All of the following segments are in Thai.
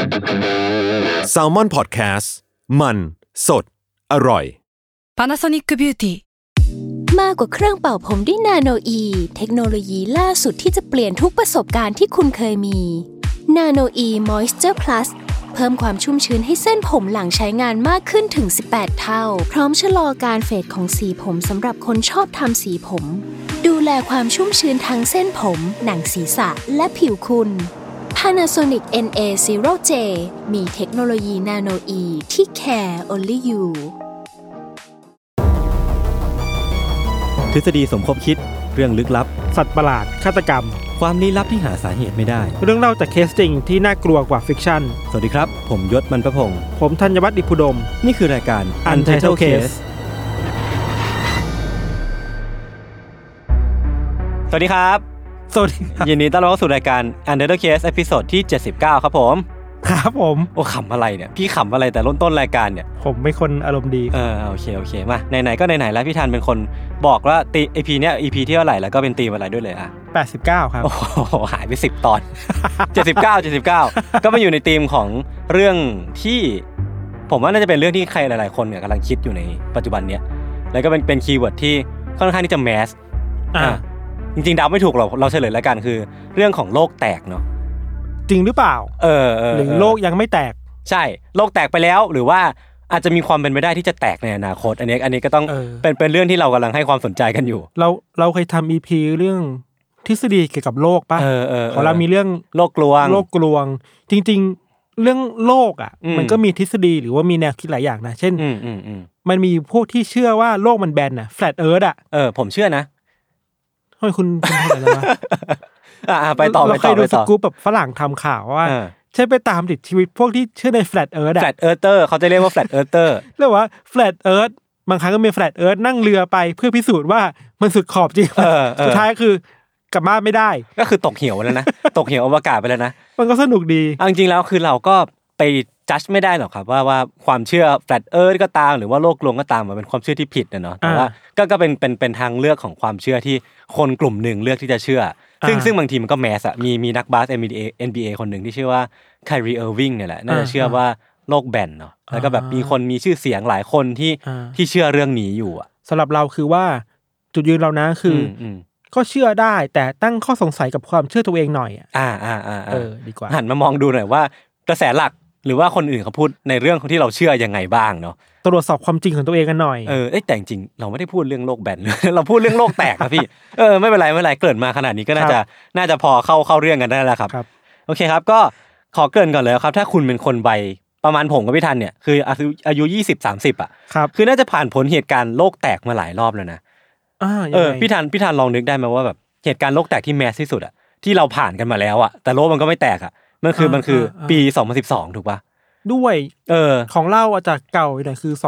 Salmon Podcast มันสดอร่อย Panasonic Beauty มากกว่าเครื่องเป่าผมด้วยนาโนอีเทคโนโลยีล่าสุดที่จะเปลี่ยนทุกประสบการณ์ที่คุณเคยมีนาโนอีมอยส์เจอร์พลัสเพิ่มความชุ่มชื้นให้เส้นผมหลังใช้งานมากขึ้นถึง18เท่าพร้อมชะลอการเฟดของสีผมสำหรับคนชอบทำสีผมดูแลความชุ่มชื้นทั้งเส้นผมหนังศีรษะและผิวคุณ Panasonic NA0J มีเทคโนโลยีนาโนอีที่ care only you ทฤษฎีสมคบคิดเรื่องลึกลับสัตว์ประหลาดฆาตกรรมความลี้ลับที่หาสาเหตุไม่ได้เรื่องเล่าจากเคสจริงที่น่ากลัวกว่าฟิกชั่นสวัสดีครับผมยศมันประพงษ์ผมธัญวัฒน์อิพุดมนี่คือรายการ Untitled Case สวัสดีครับสวัสดีครับยินดีต้อนรับเข้าสู่รายการ Untitled Case ตอนที่79ครับผมครับผมโอ้ขำอะไรเนี่ยพี่ขำอะไรแต่ต้นรายการเนี่ยผมเป็นคนอารมณ์ดีโอเคมาไหนๆก็ไหนๆแล้วพี่ธันเป็นคนบอกว่าEP เนี้ย EP ที่เท่าไหร่แล้วก็เป็นธีมอะไรด้วยเลยอ่ะ 89ครับโอ้โหหายไป10ตอน79ก็มาอยู่ในธีมของเรื่องที่ผมว่าน่าจะเป็นเรื่องที่ใครหลายๆคนเนี่ยกำลังคิดอยู่ในปัจจุบันเนี้ยแล้วก็เป็นคีย์เวิร์ดที่ค่อนข้างที่จะแมสจริงๆเดาไม่ถูกหรอกเราเฉลยแล้วกันคือเรื่องของโลกแตกเนาะจริงหรือเปล่าหรือโลกยังไม่แตกใช่โลกแตกไปแล้วหรือว่าอาจจะมีความเป็นไปได้ที่จะแตกในอนาคตอันนี้ก็ต้องเป็นเรื่องที่เรากำลังให้ความสนใจกันอยู่เราเคยทำ EP เรื่องทฤษฎีเกี่ยวกับโลกป่ะของเรามีเรื่องโลกกลวงจริงๆเรื่องโลกอ่ะมันก็มีทฤษฎีหรือว่ามีแนวคิดหลายอย่างนะเช่นมันมีพวกที่เชื่อว่าโลกมันแบนน่ะ flat earth อ่ะผมเชื่อนะทำไมคุณทำอะไรวะไปต่อเราเคยดูสกู๊ปแบบฝรั่งทำข่าวว่าใช่ไปตามติดชีวิตพวกที่เชื่อใน flat earth อะ flat earther เขาจะเรียกว่า flat earther เรียกว่า flat earth บางครั้งก็มี flat earth นั่งเรือไปเพื่อพิสูจน์ว่ามันสุดขอบจริงสุดท้ายคือกลับบ้านไม่ได้ก็คือตกเหวแล้วนะ ตกเหวอวกาศไปแล้วนะมันก็สนุกดีจริงๆแล้วคือเราก็ไปจัดไม่ได้หรอกครับว่าความเชื่อ flat earth ก็ตามหรือว่าโลกกลมก็ตามมันเป็นความเชื่อที่ผิดนะเนาะแต่ว่าก็เป็นทางเลือกของความเชื่อที่คนกลุ่มหนึ่งเลือกที่จะเชื่อซึ่งบางทีมันก็แมสอะมีนักบาส NBA คนหนึ่งที่ชื่อว่าไคลีเอิร์วิงเนี่ยแหละน่าจะเชื่อว่าโลกแบนเนาะแล้วก็แบบมีคนมีชื่อเสียงหลายคนที่เชื่อเรื่องนี้อยู่อะสำหรับเราคือว่าจุดยืนเรานะคือก็เชื่อได้แต่ตั้งข้อสงสัยกับความเชื่อตัวเองหน่อยดีกว่าหันมามองดูหน่อยว่ากระแสหลักหรือว่าคนอื่นเขาพูดในเรื่องที่เราเชื่อยังไงบ้างเนาะตรวจสอบความจริงของตัวเองกันหน่อยแต่จริงเราไม่ได้พูดเรื่องโลกแบนเราพูดเรื่องโลกแตกนะพี่ไม่เป็นไรเกริ่นมาขนาดนี้ก็น่าจะพอเข้าเรื่องกันได้แล้วครับโอเคครับก็ขอเกริ่นก่อนเลยครับถ้าคุณเป็นคนวัยประมาณผมกับพี่ธันเนี่ยคืออายุ20-30อ่ะคือน่าจะผ่านพ้นเหตุการณ์โลกแตกมาหลายรอบแล้วนะพี่ธันลองนึกได้ไหมว่าแบบเหตุการณ์โลกแตกที่แมสที่สุดอ่ะที่เราผ่านกันมาแล้วอ่ะแต่โลกมันก็ไม่แตกอ่ะมันคือปี2012ถูกป่ะด้วยของเราอาจจะเก่าหน่อยคือ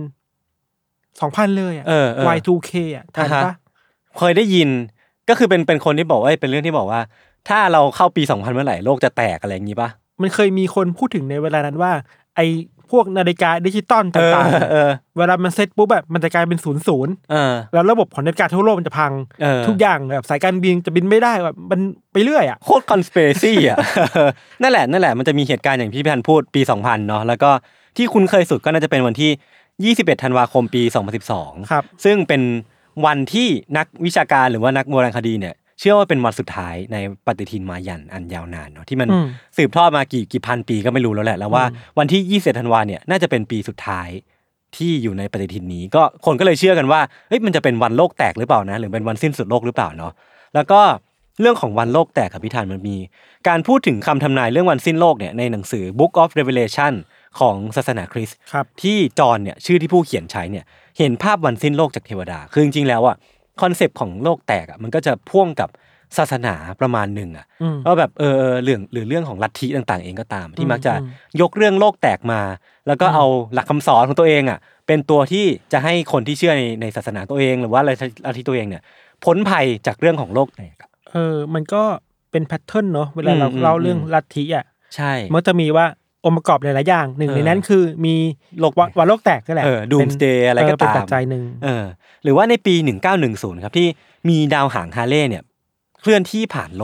2000เลยอ่ะY2K อ่ะทันป่ะเคยได้ยินก็คือเป็นคนที่บอกว่าเป็นเรื่องที่บอกว่าถ้าเราเข้าปี2000เมื่อไหร่โลกจะแตกอะไรอย่างงี้ป่ะมันเคยมีคนพูดถึงในเวลานั้นว่าไอ้พวกนาฬิกาดิจิตอลต่างๆเวลามันเซตปุ๊บแบบมันจะกลายเป็น00แล้วระบบของนาฬิกาทั่วโลกมันจะพังทุกอย่างแบบสายการบินจะบินไม่ได้แบบมันไปเรื่อยอ่ะโคตรคอนสปิเรซี่อ่ะ นั่นแหละมันจะมีเหตุการณ์อย่างที่พี่ธันพูดปี2000เนาะแล้วก็ที่คุ้นเคยสุดก็น่าจะเป็นวันที่21ธันวาคมปี2012 ครับซึ่งเป็นวันที่นักวิชาการหรือว่านักโบราณคดีเนี่ยเชื่อว่าเป็นวันสุดท้ายในปฏิทินมายันอันยาวนานเนาะที่มันสืบทอดมากี่พันปีก็ไม่รู้แล้วแหละแล้วว่าวันที่21ธันวาเนี่ยน่าจะเป็นปีสุดท้ายที่อยู่ในปฏิทินนี้ก็คนก็เลยเชื่อกันว่าเฮ้ยมันจะเป็นวันโลกแตกหรือเปล่านะหรือเป็นวันสิ้นสุดโลกหรือเปล่าเนาะแล้วก็เรื่องของวันโลกแตกครับพี่ธันมันมีการพูดถึงคำทำนายเรื่องวันสิ้นโลกเนี่ยในหนังสือ Book of Revelation ของศาสนาคริสต์ที่จอห์นเนี่ยชื่อที่ผู้เขียนใช้เนี่ยเห็นภาพวันสิ้นโลกจากเทวดาคือจริงๆแล้วอ่ะคอนเซปต์ของโลกแตกอ่ะมันก็จะพ่วงกับศาสนาประมาณหนึ่งอ่ะว่าแบบเรื่องของลัทธิต่างๆเองก็ตามที่มักจะยกเรื่องโลกแตกมาแล้วก็เอาหลักคำสอนของตัวเองอ่ะเป็นตัวที่จะให้คนที่เชื่อในศาสนาตัวเองหรือว่าลัทธิตัวเองเนี่ยพ้นภัยจากเรื่องของโลกแตกมันก็เป็นแพทเทิร์นเนาะเวลาเราเล่าเรื่องลัทธิอ่ะใช่มันจะมีว่าองค์ประกอบหลายๆอย่างหนึ่งในนั้นคือมีวันโลกแตกนั่นแหละ Doomsday อะไรก็ตามเป็นปัจจัยนึงหรือว่าในปี1910ครับที่มีดาวหางฮาเล่เนี่ยเคลื่อนที่ผ่านโลก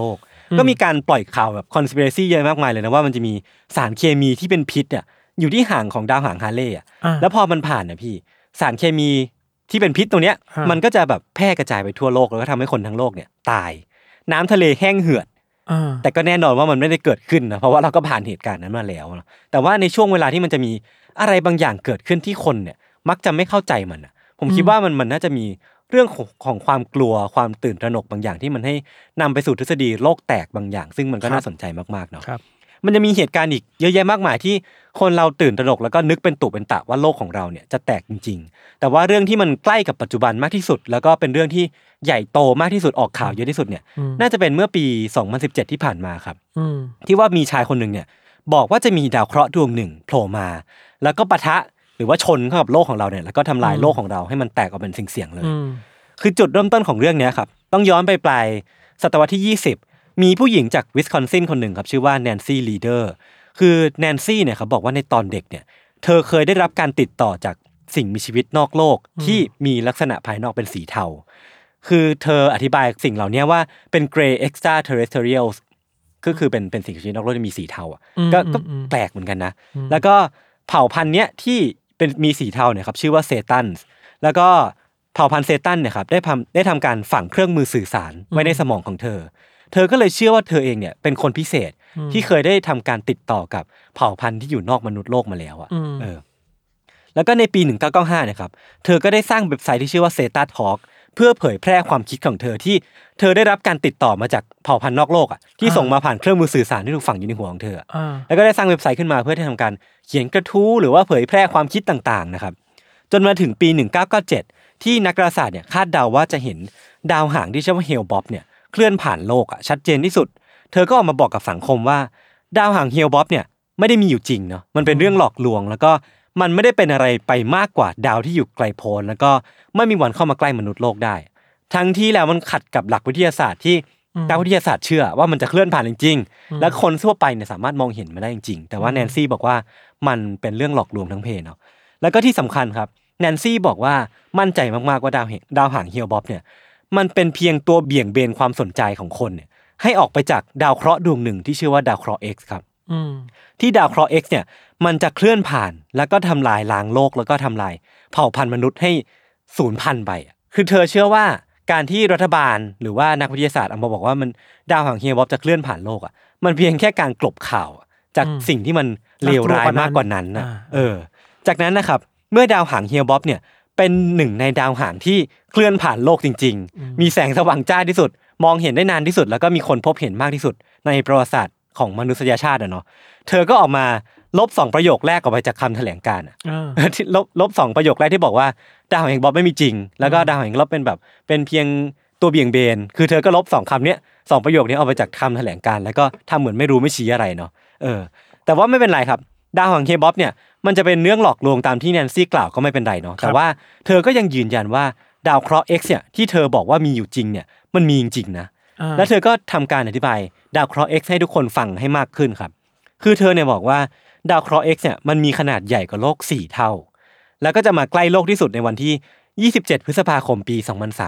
ก็มีการปล่อยข่าวแบบ conspiracy เยอะมากมายเลยนะว่ามันจะมีสารเคมีที่เป็นพิษเนี่ยอยู่ที่หางของดาวหางฮาเล่อ่ะแล้วพอมันผ่านนะพี่สารเคมีที่เป็นพิษตรงเนี้ยมันก็จะแบบแพร่กระจายไปทั่วโลกแล้วก็ทำให้คนทั้งโลกเนี่ยตายน้ำทะเลแห้งเหือดแต่ก็แน่นอนว่ามันไม่ได้เกิดขึ้นนะเพราะว่าเราก็ผ่านเหตุการณ์นั้นมาแล้วแต่ว่าในช่วงเวลาที่มันจะมีอะไรบางอย่างเกิดขึ้นที่คนเนี่ยมักจะไม่เข้าใจมันผมคิดว่ามันน่าจะมีเรื่องของความกลัวความตื่นตระหนกบางอย่างที่มันให้นำไปสู่ทฤษฎีโลกแตกบางอย่างซึ่งมันก็น่าสนใจมากๆเนาะมันจะมีเหตุการณ์อีกเยอะแยะมากมายที่คนเราตื่นตระหนกแล้วก็นึกเป็นตุเป็นตะว่าโลกของเราเนี่ยจะแตกจริงๆแต่ว่าเรื่องที่มันใกล้กับปัจจุบันมากที่สุดแล้วก็เป็นเรื่องที่ใหญ่โตมากที่สุดออกข่าวเยอะที่สุดเนี่ยน่าจะเป็นเมื่อปี2017ที่ผ่านมาครับที่ว่ามีชายคนนึงเนี่ยบอกว่าจะมีดาวเคราะห์ดวงหนึ่งโผล่มาแล้วก็ปะทะหรือว่าชนเข้ากับโลกของเราเนี่ยแล้วก็ทำลายโลกของเราให้มันแตกออกเป็นเสียงๆเลยคือจุดเริ่มต้นของเรื่องนี้ครับต้องย้อนไปปลายศตวรรษที่20มีผู้หญิงจากวิสคอนซินคนหนึ่งครับชื่อว่าแนนซี่ลีเดอร์คือแนนซี่เนี่ยครับบอกว่าในตอนเด็กเนี่ยเธอเคยได้รับการติดต่อจากสิ่งมีชีวิตนอกโลกที่มีลักษณะภายนอกเป็นสีเทาคือเธออธิบายสิ่งเหล่านี้ว่าเป็น Grey Extraterrestrials ก็คือเป็นสิ่งมีชีวิตนอกโลกที่มีสีเทาก็แปลกเหมือนกันนะแล้วก็เผ่าพันธุ์เนี้ยที่เป็นมีสีเทาเนี่ยครับชื่อว่าเซตันแล้วก็เผ่าพันธุ์เซตันเนี่ยครับได้ทำการฝังเครื่องมือสื่อสารไว้ในสมองของเธอก็เลยเชื่อว่าเธอเองเนี่ยเป็นคนพิเศษที่เคยได้ทำการติดต่อกับเผ่าพันธุ์ที่อยู่นอกมนุษย์โลกมาแล้วแล้วก็ในปี1995เนี่ยครับเธอก็ได้สร้างเว็บไซต์ที่ชื่อว่า Zeta Talk เพื่อเผยแพร่ความคิดของเธอที่เธอได้รับการติดต่อมาจากเผ่าพันธุ์นอกโลกที่ส่งมาผ่านเครื่องมือสื่อสารที่ถูกฝังอยู่ในหัวของเธอแล้วก็ได้สร้างเว็บไซต์ขึ้นมาเพื่อที่ทำการเขียนกระทู้หรือว่าเผยแพร่ความคิดต่างๆนะครับจนมาถึงปี1997ที่นักดาราศาสตร์เนี่ยคาดเดาว่าจะเห็นดาวหางที่ชื่อว่าเฮลบ็อบเนี่ยเคลื่อนผ่านโลกชัดเจนที่สุดเธอก็ออกมาบอกกับสังคมว่าดาวหางเฮลบ็อบเนี่ยไม่ได้มีอยู่จริงเนาะมันเป็นเรื่องหลอกลวงแล้วก็มันไม่ได้เป็นอะไรไปมากกว่าดาวที่อยู่ไกลโพ้นแล้วก็ไม่มีวันเข้ามาใกล้มนุษย์โลกได้ทั้งที่แล้วมันขัดกับหลักวิทยาศาสตร์ที่นักวิทยาศาสตร์เชื่อว่ามันจะเคลื่อนผ่านจริงๆและคนทั่วไปเนี่ยสามารถมองเห็นมันได้จริงๆแต่ว่าแนนซี่บอกว่ามันเป็นเรื่องหลอกลวงทั้งเพเนาะแล้วก็ที่สำคัญครับแนนซี่บอกว่ามั่นใจมากๆว่าดาวหางเฮลบ็อบเนี่ยมันเป็นเพียงตัวเบี่ยงเบนความสนใจของคนเนี่ยให้ออกไปจากดาวเคราะห์ดวงหนึ่งที่ชื่อว่าดาวเคราะห์ X ครับที่ดาวเคราะห์ X เนี่ยมันจะเคลื่อนผ่านแล้วก็ทำลายล้างโลกแล้วก็ทำลายเผ่าพันธุ์มนุษย์ให้สูญพันธุ์ไปคือเธอเชื่อว่าการที่รัฐบาลหรือว่านักวิทยาศาสตร์ออกมาบอกว่ามันดาวหางเฮลบ็อบจะเคลื่อนผ่านโลกมันเพียงแค่การกลบข่าวจากสิ่งที่มันเลวร้ายมากกว่านั้นนะจากนั้นนะครับเมื่อดาวหางเฮลบ็อบเนี่ยเป็นหนึ่งในดาวหางที่เคลื่อนผ่านโลกจริงๆมีแสงสว่างจ้าที่สุดมองเห็นได้นานที่สุดแล้วก็มีคนพบเห็นมากที่สุดในประวัติศาสตร์ของมนุษยชาติเนาะเธอก็ออกมาลบ2ประโยคแรกออกไปจากคำแถลงการที่ลบ2ประโยคแรกที่บอกว่าดาวหางเฮลบ็อบไม่มีจริงแล้วก็ดาวหางเฮลบ็อบเป็นแบบเป็นเพียงตัวเบี่ยงเบนคือเธอก็ลบ2คำเนี้ย2ประโยคนี้ออกไปจากคำแถลงการแล้วก็ทำเหมือนไม่รู้ไม่ชี้อะไรเนาะแต่ว่าไม่เป็นไรครับดาวหางเฮลบ็อบเนี่ยมันจะเป็นเรื่องหลอกลวงตามที่แนนซี่กล่าวก็ไม่เป็นไรเนาะแต่ว่าเธอก็ยังยืนยันว่าดาวเคราะห์ X เนี่ยที่เธอบอกว่ามีอยู่จริงเนี่ยมันมีจริงๆนะแล้วเธอก็ทำการอธิบายดาวเคราะห์ X ให้ทุกคนฟังให้มากขึ้นครับคือเธอเนี่ยบอกว่าดาวเคราะห์ X เนี่ยมันมีขนาดใหญ่กว่าโลก4เท่าแล้วก็จะมาใกล้โลกที่สุดในวันที่27พฤษภาคมปี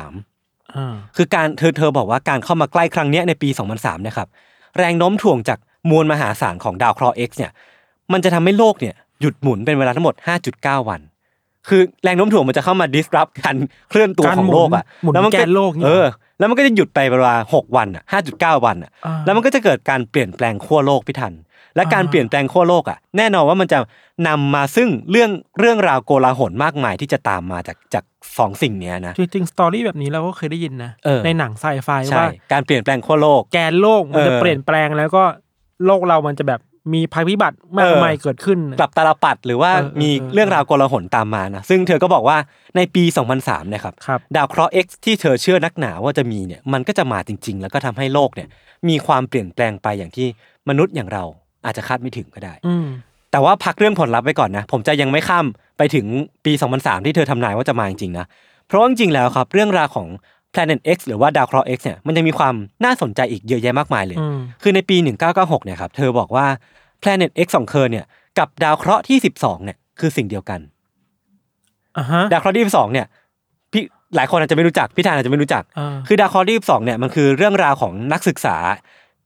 2003คือการเธอบอกว่าการเข้ามาใกล้ครั้งนี้ในปี2003นะครับแรงโน้มถ่วงจากมวลมหาศาลของดาวเคราะห์ X เนี่ยมันจะทำให้โลกเนี่ยหยุดหมุนเป็นเวลาทั้งหมด 5.9 วันคือแรงโน้มถ่วงมันจะเข้ามา disrupt การเคลื่อนตัวของโลกแล้วมันก็แล้วมันก็จะหยุดไปเวลา6วัน5.9 วันแล้วมันก็จะเกิดการเปลี่ยนแปลงขั้วโลกพี่ทันและการเปลี่ยนแปลงขั้วโลกแน่นอนว่ามันจะนำมาซึ่งเรื่องราวโกลาหลมากมายที่จะตามมาจาก2สิ่งนี้นะจริงๆสตอรี่แบบนี้เราก็เคยได้ยินนะในหนังไซไฟว่าการเปลี่ยนแปลงขั้วโลกแกนโลกมันจะเปลี่ยนแปลงแล้วก็โลกเรามันจะแบบมีภัยพิบัติมากมายเกิดขึ้นกลับตาลปัดหรือว่ามีเรื่องราวโกลาหลตามมานะซึ่งเธอก็บอกว่าในปี2003เนี่ยครับดาวเคราะห์ X ที่เธอเชื่อนักหนาว่าจะมีเนี่ยมันก็จะมาจริงๆแล้วก็ทำให้โลกเนี่ยมีความเปลี่ยนแปลงไปอย่างที่มนุษย์อย่างเราอาจจะคาดไม่ถึงก็ได้แต่ว่าพักเรื่องผลลัพธ์ไว้ก่อนนะผมจะยังไม่ข้ามไปถึงปี2003ที่เธอทำนายว่าจะมาจริงๆนะเพราะจริงๆแล้วครับเรื่องราวของ Planet X หรือว่าดาวเคราะห์ X เนี่ยมันจะมีความน่าสนใจอีกเยอะแยะมากมายเลยคือในปี1996เนี่ยครับเธอบอกว่า Planet X ของเธอเนี่ยกับดาวเคราะห์ที่12เนี่ยคือสิ่งเดียวกันดาวเคราะห์ที่12เนี่ยพี่หลายคนอาจจะไม่รู้จักพี่ธานอาจจะไม่รู้จักคือดาวเคราะห์ที่12เนี่ยมันคือเรื่องราวของนักศึกษา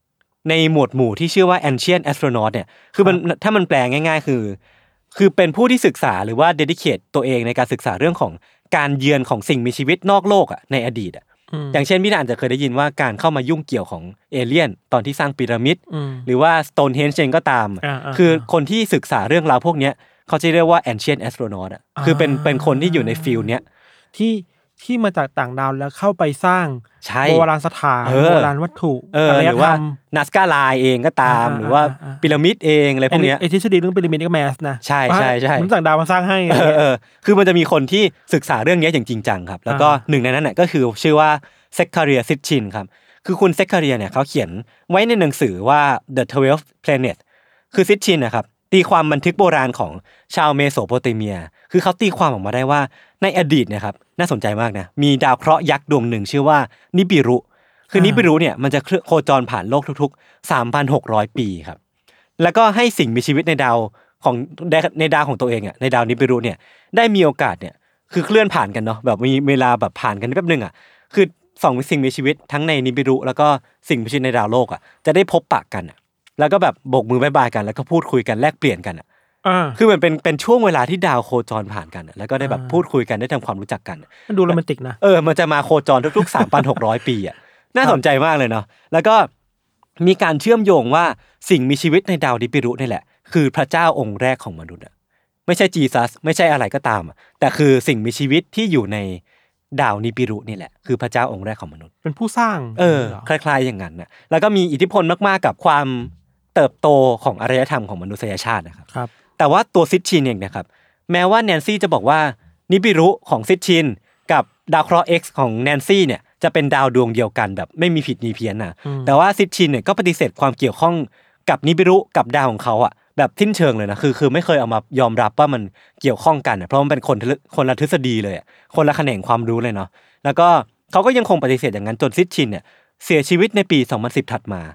ในหมวดหมู่ที่ชื่อว่า Ancient Astronaut เนี่ยคือมันถ้ามันแปลง่ายๆคือเป็นผู้ที่ศึกษาหรือว่า dedicate ตัวเองในการศึกษาเรื่องของการเยือนของสิ่งมีชีวิตนอกโลกอ่ะในอดีตอ่ะอย่างเช่นพี่อาจจะเคยได้ยินว่าการเข้ามายุ่งเกี่ยวของเอเลี่ยนตอนที่สร้างพีระมิดหรือว่า Stonehenge เองก็ตามคือคนที่ศึกษาเรื่องราวพวกเนี้ยเขาจะเรียกว่า Ancient Astronaut อ่ะคือเป็นคนที่อยู่ในฟิลเนี้ยที่มาจากต่างดาวแล้วเข้าไปสร้างโบราณสถานโบราณวัตถุหรือว่านัสกาไลเองก็ตามหรือว่าพีระมิดเองอะไรพวกเนี้ยไอ้ทฤษฎีเรื่องพีระมิดก็แมสนะใช่ๆๆมันต่างดาวมาสร้างให้คือมันจะมีคนที่ศึกษาเรื่องนี้อย่างจริงจังครับแล้วก็หนึ่งในนั้นน่ะก็คือชื่อว่าเซคคาเรียซิตชินครับคือคุณเซคคาเรียเนี่ยเขาเขียนไว้ในหนังสือว่า The 12 Planet คือซิตชินนะครับตีความบันทึกโบราณของชาวเมโสโปเตเมียคือเขาตีความออกมาได้ว่าในอดีตเนี่ยครับน่าสนใจมากนะมีดาวเคราะห์ยักษ์ดวงหนึ่งชื่อว่านิบิรุคือนิบิรุเนี่ยมันจะโคจรผ่านโลกทุกๆ 3,600 ปีครับแล้วก็ให้สิ่งมีชีวิตในดาวของตัวเองอ่ะในดาวนิบิรุเนี่ยได้มีโอกาสเนี่ยคือเคลื่อนผ่านกันเนาะแบบมีเวลาแบบผ่านกันแป๊บนึงอ่ะคือ2สิ่งมีชีวิตทั้งในนิบิรุแล้วก็สิ่งมีชีวิตในดาวโลกอ่ะจะได้พบปะกันแล้วก็แบบโบกมือบ๊ายบายกันแล้วก็พูดคุยกันแลกเปลี่ยนกันคือมันเป็นช่วงเวลาที่ดาวโคจรผ่านกันแล้วก็ได้แบบพูดคุยกันได้ทำความรู้จักกันมันดูโรแมนติกนะมันจะมาโคจรทุกๆ 3,600 ปีอ่ะน่าสนใจมากเลยเนาะแล้วก็มีการเชื่อมโยงว่าสิ่งมีชีวิตในดาวนิบิรุนี่แหละคือพระเจ้าองค์แรกของมนุษย์ไม่ใช่จีซัสไม่ใช่อะไรก็ตามแต่คือสิ่งมีชีวิตที่อยู่ในดาวนิบิรุนี่แหละคือพระเจ้าองค์แรกของมนุษย์เป็นผู้สร้างคล้ายๆอย่างนั้นนะแล้วก็มีอิทธิพลมากๆกับความเติบโตของอารยธรรมของมนุษยชาตินะครับแต่ว่าตัวซิตชินเองนะครับแม้ว่าแนนซี่จะบอกว่านิบิรุของซิตชินกับดาวเคราะห์ X ของแนนซี่เนี่ยจะเป็นดาวดวงเดียวกันแบบไม่มีผิดมีเพี้ยนนะแต่ว่าซิตชินเนี่ยก็ปฏิเสธความเกี่ยวข้องกับนิบิรุกับดาวของเขาอ่ะแบบทิ้นเชิงเลยนะคือไม่เคยเอามายอมรับว่ามันเกี่ยวข้องกันเพราะมันเป็นคนละทฤษฎีเลยคนละแขนงความรู้เลยเนาะแล้วก็เขาก็ยังคงปฏิเสธอย่างนั้นจนซิตชินเนี่ยเสียชีวิตในปี 2010 ถัดมา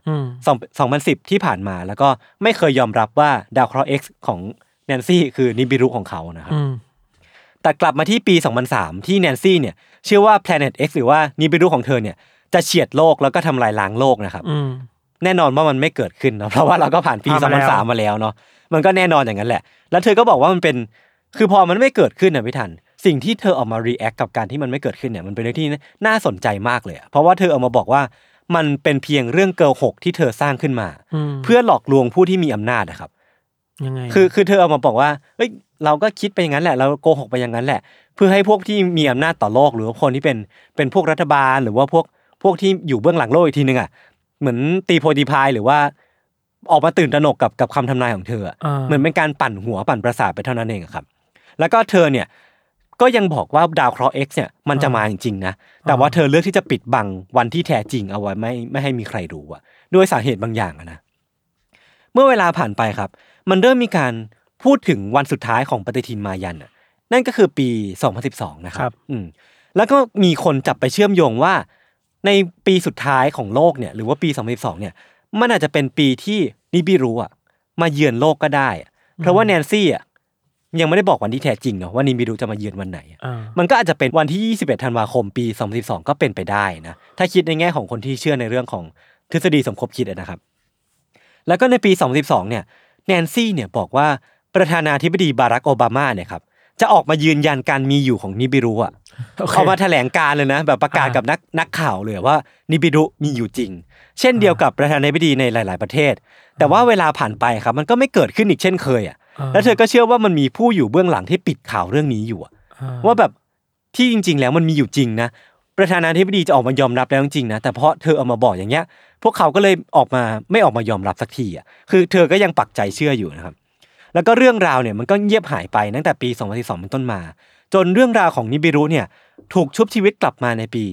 2010 ที่ผ่านมาแล้วก็ไม่เคยยอมรับว่าดาวเคราะห์ X ของแนนซี่คือนิบิรุของเขานะครับแต่กลับมาที่ปี 2003 ที่แนนซี่เนี่ยเชื่อว่า Planet X หรือว่านิบิรุของเธอเนี่ยจะเฉียดโลกแล้วก็ทำลายล้างโลกนะครับแน่นอนว่ามันไม่เกิดขึ้นเนาะเพราะว่าเราก็ผ่านปี 2003 มาแล้วเนาะมันก็แน่นอนอย่างนั้นแหละแล้วเธอก็บอกว่ามันเป็นคือพอมันไม่เกิดขึ้นนะพี่ทันสิ่งที่เธอออกมา react กับการที่มันไม่เกิดขึ้นเนี่ยมันเป็นเรื่องที่น่าสนใจมากเลยเพราะว่าเธอออกมาบอกว่ามันเป็นเพียงเรื่องเกิร์ลหกที่เธอสร้างขึ้นมาเพื่อหลอกลวงผู้ที่มีอำนาจนะครับยังไงคือเธอออกมาบอกว่าเฮ้ยเราก็คิดไปอย่างนั้นแหละเราโกหกไปอย่างนั้นแหละเพื่อให้พวกที่มีอำนาจต่อโลกหรือว่าคนที่เป็นพวกรัฐบาลหรือว่าพวกที่อยู่เบื้องหลังโลกอีกทีนึงเหมือนตีโพดีพายหรือว่าออกมาตื่นตระหนกกับคำทำนายของเธอเหมือนเป็นการปั่นหัวปั่นประสาทไปเท่านั้นเองครับแล้วก็เธอเนี่ยก็ยังบอกว่าดาวเคราะห์ X เนี่ยมันจะมาจริงๆนะแต่ว่าเธอเลือกที่จะปิดบังวันที่แท้จริงเอาไว้ไม่ให้มีใครรู้ด้วยสาเหตุบางอย่างนะเมื่อเวลาผ่านไปครับมันเริ่มมีการพูดถึงวันสุดท้ายของปฏิทินมายันนั่นก็คือปี 2012 นะครับแล้วก็มีคนจับไปเชื่อมโยงว่าในปีสุดท้ายของโลกเนี่ยหรือว่าปี 2012 เนี่ยมันอาจจะเป็นปีที่นิบิรุมาเยือนโลกก็ได้เพราะว่าแนนซี่ยังไม่ได้บอกวันที่แท้จริงเนาะว่านิบิรุจะมาเยือนวันไหนมันก็อาจจะเป็นวันที่21ธันวาคมปี2012ก็เป็นไปได้นะถ้าคิดในแง่ของคนที่เชื่อในเรื่องของทฤษฎีสมคบคิดนะครับแล้วก็ในปี2012เนี่ยแนนซี่เนี่ยบอกว่าประธานาธิบดีบารักโอบามาเนี่ยครับจะออกมายืนยันการมีอยู่ของนิบิรุเอามาแถลงการเลยนะแบบประกาศกับนักข่าวเลยว่านิบิรุมีอยู่จริงเช่นเดียวกับประธานาธิบดีในหลายๆประเทศแต่ว่าเวลาผ่านไปครับมันก็ไม่เกิดขึ้นอีกเช่นเคยแล้วเธอก็เชื่อว่ามันมีผู้อยู่เบื้องหลังที่ปิดข่าวเรื่องนี้อยู่ว่าแบบที่จริงๆแล้วมันมีอยู่จริงนะประธานาธิบดีจะออกมายอมรับแล้วจริงๆนะแต่เพราะเธอเอามาบอกอย่างเงี้ยพวกเขาก็เลยไม่ออกมายอมรับสักทีคือเธอก็ยังปักใจเชื่ออยู่นะครับแล้วก็เรื่องราวเนี่ยมันก็เงียบหายไปตั้งแต่ปี2012เป็นต้นมาจนเรื่องราวของนิบิรุเนี่ยถูกชุบชีวิตกลับมาในปี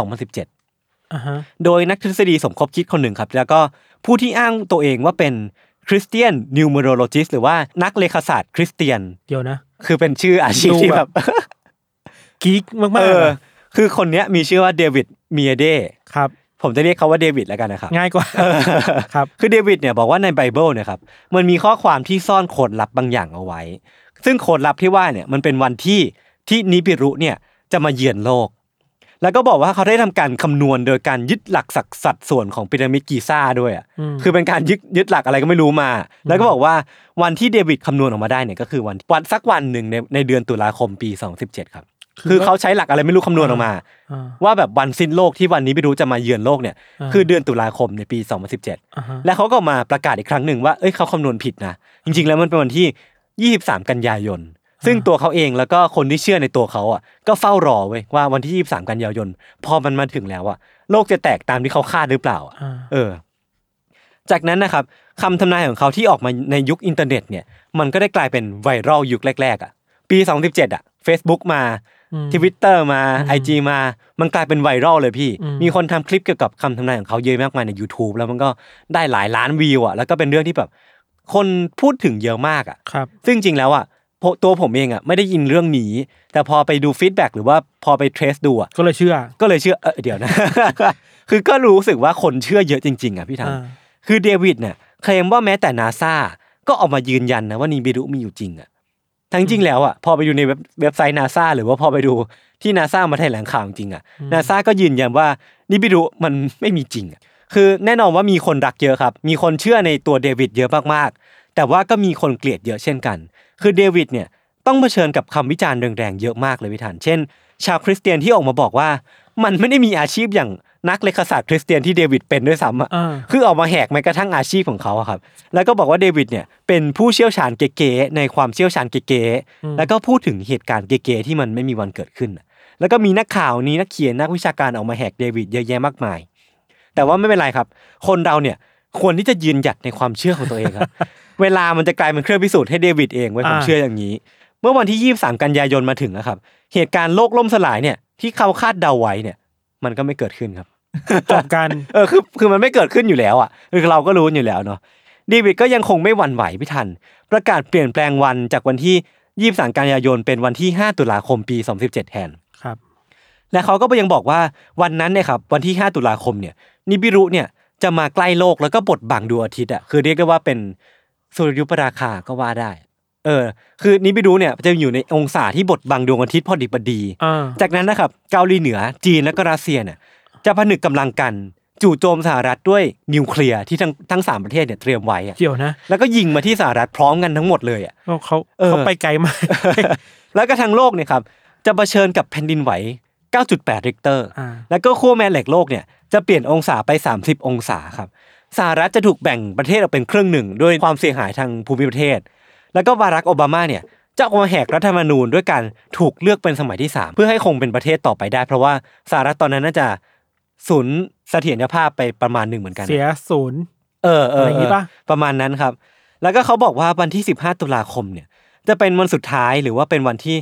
2017โดยนักทฤษฎีสมคบคิดคนหนึ่งครับแล้วก็ผู้ที่อ้างตัวเองว่าเป็นคริสเตียนนิวเมโรโลจิสต์หรือว่านักเลขศาสตร์คริสเตียนเดี๋ยวนะคือเป็นชื่ออาชีพที่แบบกิ๊กมากๆคือคนนี้มีชื่อว่าเดวิดเมียเดครับผมจะเรียกเขาว่าเดวิดแล้วกันนะครับง่ายกว่าครับคือเดวิดเนี่ยบอกว่าในไบเบิลเนี่ยครับมันมีข้อความที่ซ่อนโค้ดลับบางอย่างเอาไว้ซึ่งโค้ดลับที่ว่าเนี่ยมันเป็นวันที่นิบิรุเนี่ยจะมาเยือนโลกแล้วก็บอกว่าเขาได้ทำการคำนวณโดยการยึดหลักสัดส่วนของพีระมิดกีซ่าด้วยอ่ะคือเป็นการยึดหลักอะไรก็ไม่รู้มาแล้วก็บอกว่าวันที่เดวิดคำนวณออกมาได้เนี่ยก็คือวันสักวันหนึ่งในเดือนตุลาคมปี2017ครับคือเขาใช้หลักอะไรไม่รู้คำนวณออกมาว่าแบบวันสิ้นโลกที่วันนี้ไม่รู้จะมาเยือนโลกเนี่ยคือเดือนตุลาคมในปี2017แล้วเขาก็มาประกาศอีกครั้งหนึ่งว่าเขาคำนวณผิดนะจริงๆแล้วมันเป็นวันที่23กันยายนซึ่งตัวเขาเองแล้วก็คนที่เชื่อในตัวเขาอ่ะก็เฝ้ารอไว้ว่าวันที่23กันยายนพอมันมาถึงแล้วอ่ะโลกจะแตกตามที่เขาคาดหรือเปล่าจากนั้นนะครับคำทำนายของเขาที่ออกมาในยุคอินเทอร์เน็ตเนี่ยมันก็ได้กลายเป็นไวรัลยุคแรกๆอ่ะปี2017อ่ะ Facebook มา Twitter มา IG มามันกลายเป็นไวรัลเลยพี่มีคนทำคลิปเกี่ยวกับคำทำนายของเขาเยอะมากมายใน YouTube แล้วมันก็ได้หลายล้านวิวอ่ะแล้วก็เป็นเรื่องที่แบบคนพูดถึงเยอะมากอ่ะซึ่งจริงแล้วอ่ะตัวผมเองอ่ะไม่ได้ยินเรื่องนี้แต่พอไปดูฟีดแบ็กหรือว่าพอไปเทรสดูอ่ะก็เลยเชื่อเดี๋ยวนะ คือก็รู้สึกว่าคนเชื่อเยอะจริงๆอ่ะพี่ทันคือเดวิดเนี่ยเคลมว่าแม้แต่ NASA ก็ออกมายืนยันนะว่านิบิรุมีอยู่จริงอ่ะทั้งจริงแล้วอ่ะพอไปดูในเว็บไซต์ NASA หรือว่าพอไปดูที่ NASA มาแถลงข่าวจริงอ่ะ NASA ก็ยืนยันว่านิบิรุมันไม่มีจริงอ่ะคือแน่นอนว่ามีคนรักเยอะครับมีคนเชื่อในตัวเดวิดเยอะมากๆแต่ว่าก็มีคนเกลียดเยอะเช่นกันคือเดวิดเนี่ยต้องเผชิญกับคำวิจารณ์แรงๆเยอะมากเลยพี่ทันเช่นชาวคริสเตียนที่ออกมาบอกว่ามันไม่ได้มีอาชีพอย่างนักเลขาศาสตร์คริสเตียนที่เดวิดเป็นด้วยซ้ำอ่ะคือออกมาแหกแม้กระทั่งอาชีพของเขาครับแล้วก็บอกว่าเดวิดเนี่ยเป็นผู้เชี่ยวชาญเก๋ๆในความเชี่ยวชาญเก๋ๆแล้วก็พูดถึงเหตุการณ์เก๋ๆที่มันไม่มีวันเกิดขึ้นแล้วก็มีนักข่าวนักเขียนนักวิชาการออกมาแหกเดวิดเยอะแยะมากมายแต่ว่าไม่เป็นไรครับคนเราเนี่ยควรที่จะยืนหยัดในความเชื่อของตัวเองครับ เวลามันจะกลายเป็นเครื่องพิสูจน์ให้เดวิดเองไว้ผมเชื่ออย่างนี้เมื่อวันที่23กันยายนมาถึงนะครับเหตุการณ์โลกล่มสลายเนี่ยที่เขาคาดเดาไว้เนี่ยมันก็ไม่เกิดขึ้นครับจบกันคือมันไม่เกิดขึ้นอยู่แล้วอ่ะคือเราก็รู้อยู่แล้วเนาะเดวิดก็ยังคงไม่หวั่นไหวพี่ทันประกาศเปลี่ยนแปลงวันจากวันที่23กันยายนเป็นวันที่5ตุลาคมปี2017แทนครับและเขาก็ยังบอกว่าวันนั้นเนี่ยครับวันที่5ตุลาคมเนี่ยนิบิรุเนี่ยจะมาใกล้โลกแล้วก็บดบังดวงอาทิตย์อ่ะคือเรียกได้ว่าเป็นสุริยุปราคาก็ว่าได้คือนิบิรุเนี่ยจะอยู่ในองศาที่บดบังดวงอาทิตย์พอดิบดีจากนั้นนะครับเกาหลีเหนือจีนและก็รัสเซียเนี่ยจะผนึกกำลังกันจู่โจมสหรัฐด้วยนิวเคลียร์ที่ทั้ง3ประเทศเนี่ยเตรียมไว้อ่ะเกี่ยวนะแล้วก็ยิงมาที่สหรัฐพร้อมกันทั้งหมดเลยอ่ะเขาไปไกลมาก แล้วก็ทั้งโลกเนี่ยครับจะเผชิญกับแผ่นดินไหว 9.8 ริกเตอร์แล้วก็ขั้วแม่เหล็กโลกเนี่ยจะเปลี่ยนองศาไป30องศาครับสหรัฐจะถูกแบ่งประเทศออกเป็นครึ่งหนึ่งด้วยความเสียหายทางภูมิประเทศแล้วก็บารักโอบามาเนี่ยจะออกมาแหกรัฐธรรมนูญด้วยการถูกเลือกเป็นสมัยที่3เพื่อให้คงเป็นประเทศต่อไปได้เพราะว่าสหรัฐตอนนั้นน่าจะสูญเสถียรภาพไปประมาณนึงเหมือนกันเสียศูนย์อะไรอย่างงี้ป่ะประมาณนั้นครับแล้วก็เขาบอกว่าวันที่15ตุลาคมเนี่ยจะเป็นวันสุดท้ายหรือว่าเป็นวันที่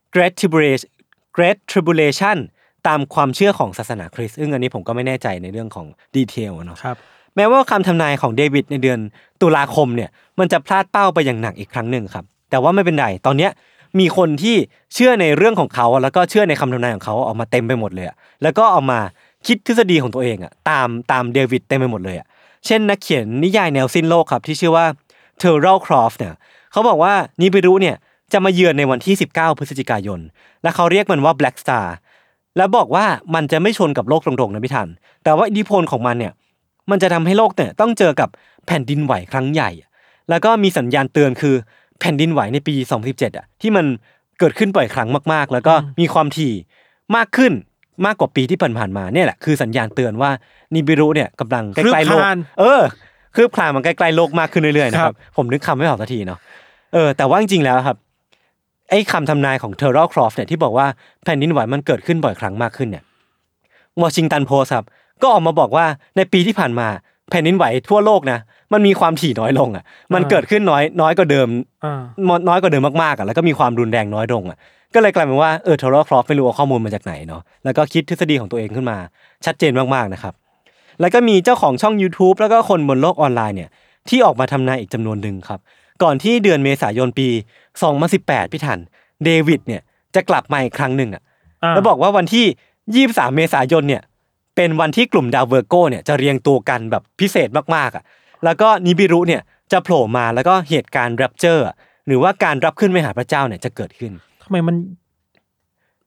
Great Tribulation ตามความเชื่อของศาสนาคริสต์ซึ่งอันนี้ผมก็ไม่แน่ใจในเรื่องของดีเทลเนาะแม้ว่าคำทำนายของเดวิดในเดือนตุลาคมเนี่ยมันจะพลาดเป้าไปอย่างหนักอีกครั้งหนึ่งครับแต่ว่าไม่เป็นไรตอนนี้มีคนที่เชื่อในเรื่องของเขาแล้วก็เชื่อในคำทำนายของเขาออกมาเต็มไปหมดเลยแล้วก็เอามาคิดทฤษฎีของตัวเองตามเดวิดเต็มไปหมดเลยเช่นนักเขียนนิยายแนวสิ้นโลกครับที่ชื่อว่าเทอร์เรลครอฟเนี่ยเขาบอกว่านิบิรุเนี่ยจะมาเยือนในวันที่19พฤศจิกายนและเขาเรียกมันว่า Black Star แล้วบอกว่ามันจะไม่ชนกับโลกตรงๆนะพี่ทันแต่ว่าอิทธิพลของมันเนี่ยมันจะทำให้โลกเนี่ยต้องเจอกับแผ่นดินไหวครั้งใหญ่แล้วก็มีสัญญาณเตือนคือแผ่นดินไหวในปี2017ที่มันเกิดขึ้นบ่อยครั้งมากๆแล้วก็มีความถี่มากขึ้นมากกว่าปีที่ผ่านมาเนี่ยแหละคือสัญญาณเตือนว่านิบิรุเนี่ยกำลังใกล้ๆโลกคืบคลานมันใกล้ๆโลกมากขึ้นเรื่อยๆนะครับผมนึกคำไม่ออกสักทีเนาะแต่ว่าจริงๆแล้วครับไอ้คำทำนายของเทอร์เรลครอฟเนี่ยที่บอกว่าแผ่นดินไหวมันเกิดขึ้นบ่อยครั้งมากขึ้นเนี่ยวอชิงตันโพสต์ครับก็ออกมาบอกว่าในปีที่ผ่านมาแผ่นดินไหวทั่วโลกนะมันมีความถี่น้อยลงมันเกิดขึ้นน้อยกว่าเดิมน้อยกว่าเดิมมากๆแล้วก็มีความรุนแรงน้อยลงก็เลยกลายเป็นว่าเทอร์เรลครอฟไม่รู้เอาข้อมูลมาจากไหนเนาะแล้วก็คิดทฤษฎีของตัวเองขึ้นมาชัดเจนมากๆนะครับแล้วก็มีเจ้าของช่อง YouTube แล้วก็คนบนโลกออนไลน์เนี่ยที่ออกมาทำนายอีกจำนวนนึงครับก่อนที่เดือนเมษายนปี2018พี่ทันเดวิดเนี่ยจะกลับมาอีกครั้งนึงแล้วบอกว่าวันที่23เมษายนเนี่ยเป็นวันที่กลุ่มดาวเวอร์โกเนี่ยจะเรียงตัวกันแบบพิเศษมากๆแล้วก็นิบิรุเนี่ยจะโผล่มาแล้วก็เหตุการณ์แรปเจอร์หรือว่าการรับขึ้นไปหาพระเจ้าเนี่ยจะเกิดขึ้นทำไมมัน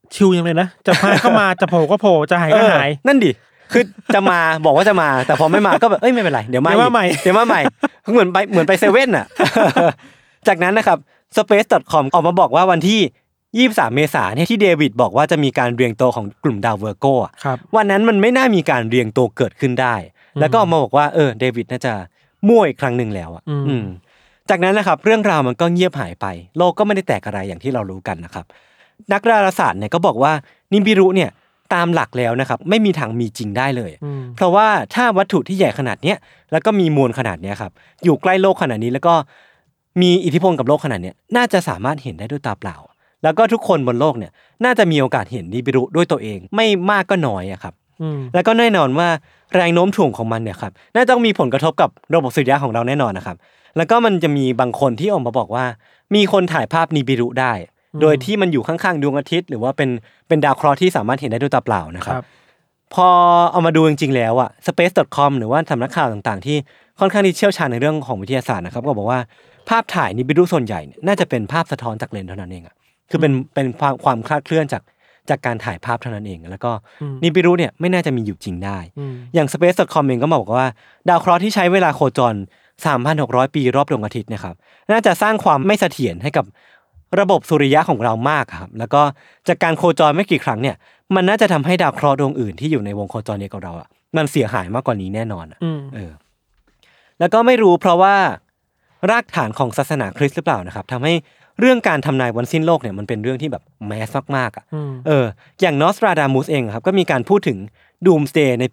ชิวยังเลยนะจะพาเข้ามาจะโผล่ก็โผล่จะหายก็หายนั่นดิคือจะมาบอกว่าจะมาแต่พอไม่มาก็แบบไม่เป็นไรเดี๋ยวมาใหม่เหมือนไปเซเว่นอ่ะ จากนั้นนะครับ space.com ออกมาบอกว่าวันที่23เมษายนเนี่ยที่เดวิดบอกว่าจะมีการเรียงตัวของกลุ่มดาวเวอร์โกอ่ะวันนั้นมันไม่น่ามีการเรียงตัวเกิดขึ้นได้แล้วก็ออกมาบอกว่าเดวิดน่าจะมั่วอีกครั้งนึงแล้วอ่ะจากนั้นนะครับเรื่องราวมันก็เงียบหายไปโลกก็ไม่ได้แตกอะไรอย่างที่เรารู้กันนะครับนักดาราศาสตร์เนี่ยก็บอกว่านิบิรุเนี่ยตามหลักแล้วนะครับไม่มีทางมีจริงได้เลยเพราะว่าถ้าวัตถุที่ใหญ่ขนาดเนี้ยแล้วก็มีมวลขนาดเนี้ยครับอยู่ใกล้โลกขนาดนี้แล้วก็มีอิทธิพลกับโลกขนาดเนี้ยน่าจะสามารถเห็นได้ด้วยตาเปล่าแล้วก็ทุกคนบนโลกเนี่ยน่าจะมีโอกาสเห็นนิบิรุด้วยตัวเองไม่มากก็น้อยอะครับแล้วก็แน่นอนว่าแรงโน้มถ่วงของมันเนี่ยครับน่าจะมีผลกระทบกับระบบสุริยะของเราแน่นอนนะครับแล้วก็มันจะมีบางคนที่ออกมาบอกว่ามีคนถ่ายภาพนิบิรุได้โดยที่มันอยู่ข้างๆดวงอาทิตย์หรือว่าเป็นดาวเคราะห์ที่สามารถเห็นได้ด้วยตาเปล่านะครับพอเอามาดูจริงๆแล้วอ่ะ space.com หรือว่าสำนักข่าวต่างๆที่ค่อนข้างที่เชี่ยวชาญในเรื่องของวิทยาศาสตร์นะครับก็บอกว่าภาพถ่ายนิบิรุส่วนใหญ่น่าจะเป็นภาพสะท้อนจากเลนส์เท่านั้นเองอ่ะคือเป็นความคลาดเคลื่อนจากการถ่ายภาพเท่านั้นเองแล้วก็นิบิรุเนี่ยไม่น่าจะมีอยู่จริงได้อย่าง space.com เองก็บอกว่าดาวเคราะห์ที่ใช้เวลาโคจร 3,600 ปีรอบดวงอาทิตย์นะครับน่าจะสร้างความไม่เสถียรให้กับระบบสุริยะของเรามากครับแล้วก็จากการโคจรไม่กี่ครั้งเนี่ยมันน่าจะทำให้ดาวเคราะห์ดวงอื่นที่อยู่ในวงโคจรเดียวกับเราอ่ะมันเสียหายมากกว่านี้แน่นอนแล้วก็ไม่รู้เพราะว่ารากฐานของศาสนาคริสต์หรือเปล่านะครับทำให้เรื่องการทำนายวันสิ้นโลกเนี่ยมันเป็นเรื่องที่แบบแมสมากๆอ่ะอย่างนอสตราดามุสเองครับก็มีการพูดถึง Doomsday ในปี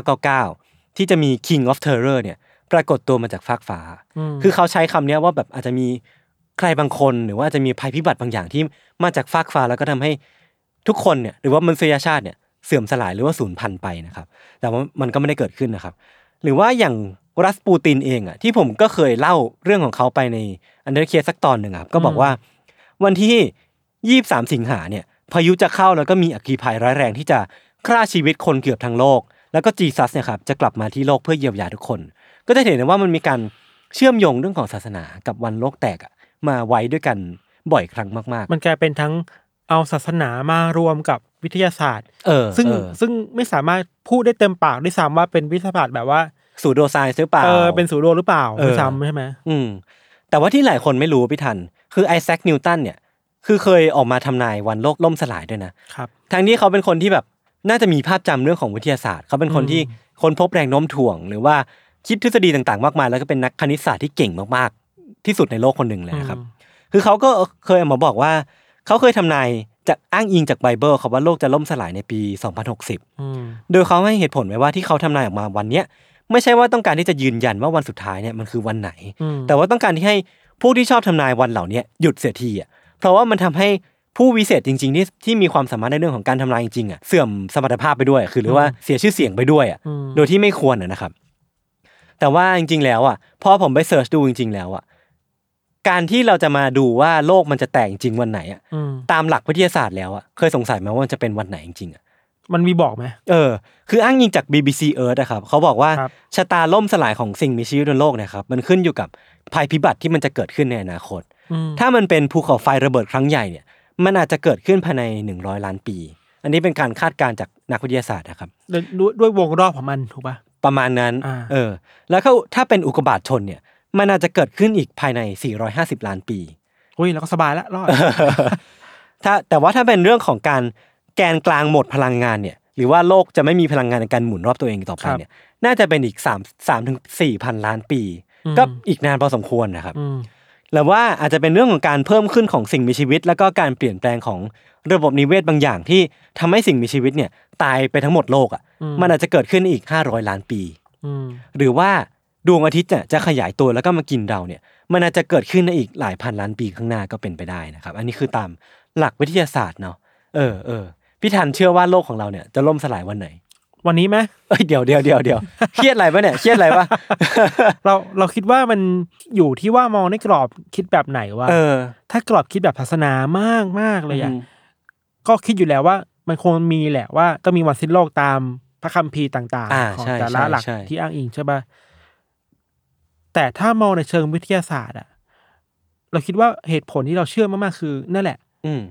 1999ที่จะมี King of Terror เนี่ยปรากฏตัวมาจากฟากฟ้าคือเขาใช้คำนี้ว่าแบบอาจจะมีใครบางคนหรือว่าจะมีภัยพิบัติบางอย่างที่มาจากฟากฟ้าแล้วก็ทำให้ทุกคนเนี่ยหรือว่ามนุษยชาติเนี่ยเสื่อมสลายหรือว่าสูญพันธุ์ไปนะครับแต่ว่ามันก็ไม่ได้เกิดขึ้นนะครับหรือว่าอย่างรัสปูตินเองอ่ะที่ผมก็เคยเล่าเรื่องของเขาไปในอันเดอร์เคสสักตอนนึงครับก็บอกว่าวันที่23สิงหาเนี่ยพายุจะเข้าแล้วก็มีอัคคีภัยร้ายแรงที่จะฆ่าชีวิตคนเกือบทั้งโลกแล้วก็จีซัสเนี่ยครับจะกลับมาที่โลกเพื่อเยียวยาทุกคนก็จะเห็นว่ามันมีการเชื่อมโยงเรื่องของศาสนากับวันโลกแตกอ่ะมาไว้ด้วยกันบ่อยครั้งมากๆมันกลายเป็นทั้งเอาศาสนามารวมกับวิทยาศาสตร์ซึ่งไม่สามารถพูดได้เต็มปากได้ซ้ำว่าเป็นวิทยาศาสตร์แบบว่าสูโดไซน์หรือเปล่าเป็นสูโดหรือเปล่าไม่ซ้ำใช่ไหมแต่ว่าที่หลายคนไม่รู้พี่ทันคือไอแซคนิวตันเนี่ยคือเคยออกมาทำนายวันโลกล่มสลายด้วยนะครับทั้งนี้เขาเป็นคนที่แบบน่าจะมีภาพจำเรื่องของวิทยาศาสตร์เขาเป็นคนที่ค้นพบแรงโน้มถ่วงหรือว่าคิดทฤษฎีต่างๆมากมายแล้วก็เป็นนักคณิตศาสตร์ที่เก่งมากๆที่สุดในโลกคนหนึ่งเลยนะครับคือเขาก็เคยออกมาบอกว่าเขาเคยทำนายจากอ้างอิงจากไบเบิลครับว่าโลกจะล่มสลายในปี2060โดยเขาให้เหตุผลไว้ว่าที่เขาทำนายออกมาวันเนี้ยไม่ใช่ว่าต้องการที่จะยืนยันว่าวันสุดท้ายเนี่ยมันคือวันไหนแต่ว่าต้องการที่ให้ผู้ที่ชอบทำนายวันเหล่านี้หยุดเสียทีอ่ะเพราะว่ามันทำให้ผู้วิเศษจริงๆที่มีความสามารถในเรื่องของการทำนายจริงๆอ่ะเสื่อมสมรรถภาพไปด้วยคือหรือว่าเสียชื่อเสียงไปด้วยอ่ะโดยที่ไม่ควรนะครับแต่ว่าจริงๆแล้วอ่ะพอผมไปเสิร์ชดูจริงๆแล้วอ่ะการที่เราจะมาดูว่าโลกมันจะแตกจริงวันไหนอ่ะตามหลักวิทยาศาสตร์แล้วอ่ะเคยสงสัยไหมว่ามันจะเป็นวันไหนจริงๆอ่ะมันมีบอกไหมคืออ้างอิงจาก BBC Earth นะครับเขาบอกว่าชะตาล่มสลายของสิ่งมีชีวิตบนโลกเนี่ยครับมันขึ้นอยู่กับภัยพิบัติที่มันจะเกิดขึ้นในอนาคตถ้ามันเป็นภูเขาไฟระเบิดครั้งใหญ่เนี่ยมันอาจจะเกิดขึ้นภายใน100ล้านปีอันนี้เป็นการคาดการณ์จากนักวิทยาศาสตร์นะครับด้วยวงรอบของมันถูกป่ะประมาณนั้นแล้วถ้าเป็นอุกกาบาตชนเนี่ยมันอาจจะเกิดขึ้นอีกภายใน450ล้านปีอุ้ยแล้วก็สบายแล้วรอดแต่ว่าถ้าเป็นเรื่องของการแกนกลางหมดพลังงานเนี่ยหรือว่าโลกจะไม่มีพลังงานในการหมุนรอบตัวเองต่อไปเนี่ยน่าจะเป็นอีก3ถึง 4,000 ล้านปีก็อีกนานพอสมควรนะครับแล้วว่าอาจจะเป็นเรื่องของการเพิ่มขึ้นของสิ่งมีชีวิตแล้วก็การเปลี่ยนแปลงของระบบนิเวศบางอย่างที่ทำให้สิ่งมีชีวิตเนี่ยตายไปทั้งหมดโลกอ่ะมันอาจจะเกิดขึ้นอีก500ล้านปีหรือว่าดวงอาทิตย์จะขยายตัวแล้วก็มากินเราเนี่ยมันอาจจะเกิดขึ้นในอีกหลายพันล้านปีข้างหน้าก็เป็นไปได้นะครับอันนี้คือตามหลักวิทยาศาสตร์เนาะพี่ทันเชื่อว่าโลกของเราเนี่ยจะล่มสลายวันไหนวันนี้ไหมเดี๋ยวเครียดอะไรปะเนี่ยเครียดอะไรปะเราคิดว่ามันอยู่ที่ว่ามองในกรอบคิดแบบไหนว่าถ้ากรอบคิดแบบศาสนามากเลยก็คิดอยู่แล้วว่ามันคงมีแหละว่าต้องมีวันสิ้นโลกตามพระคัมภีร์ต่างๆของแต่ละหลักที่อ้างอิงใช่ป่ะแต่ถ้ามองในเชิงวิทยาศาสตร์เราคิดว่าเหตุผลที่เราเชื่อมากๆคือนั่นแหละ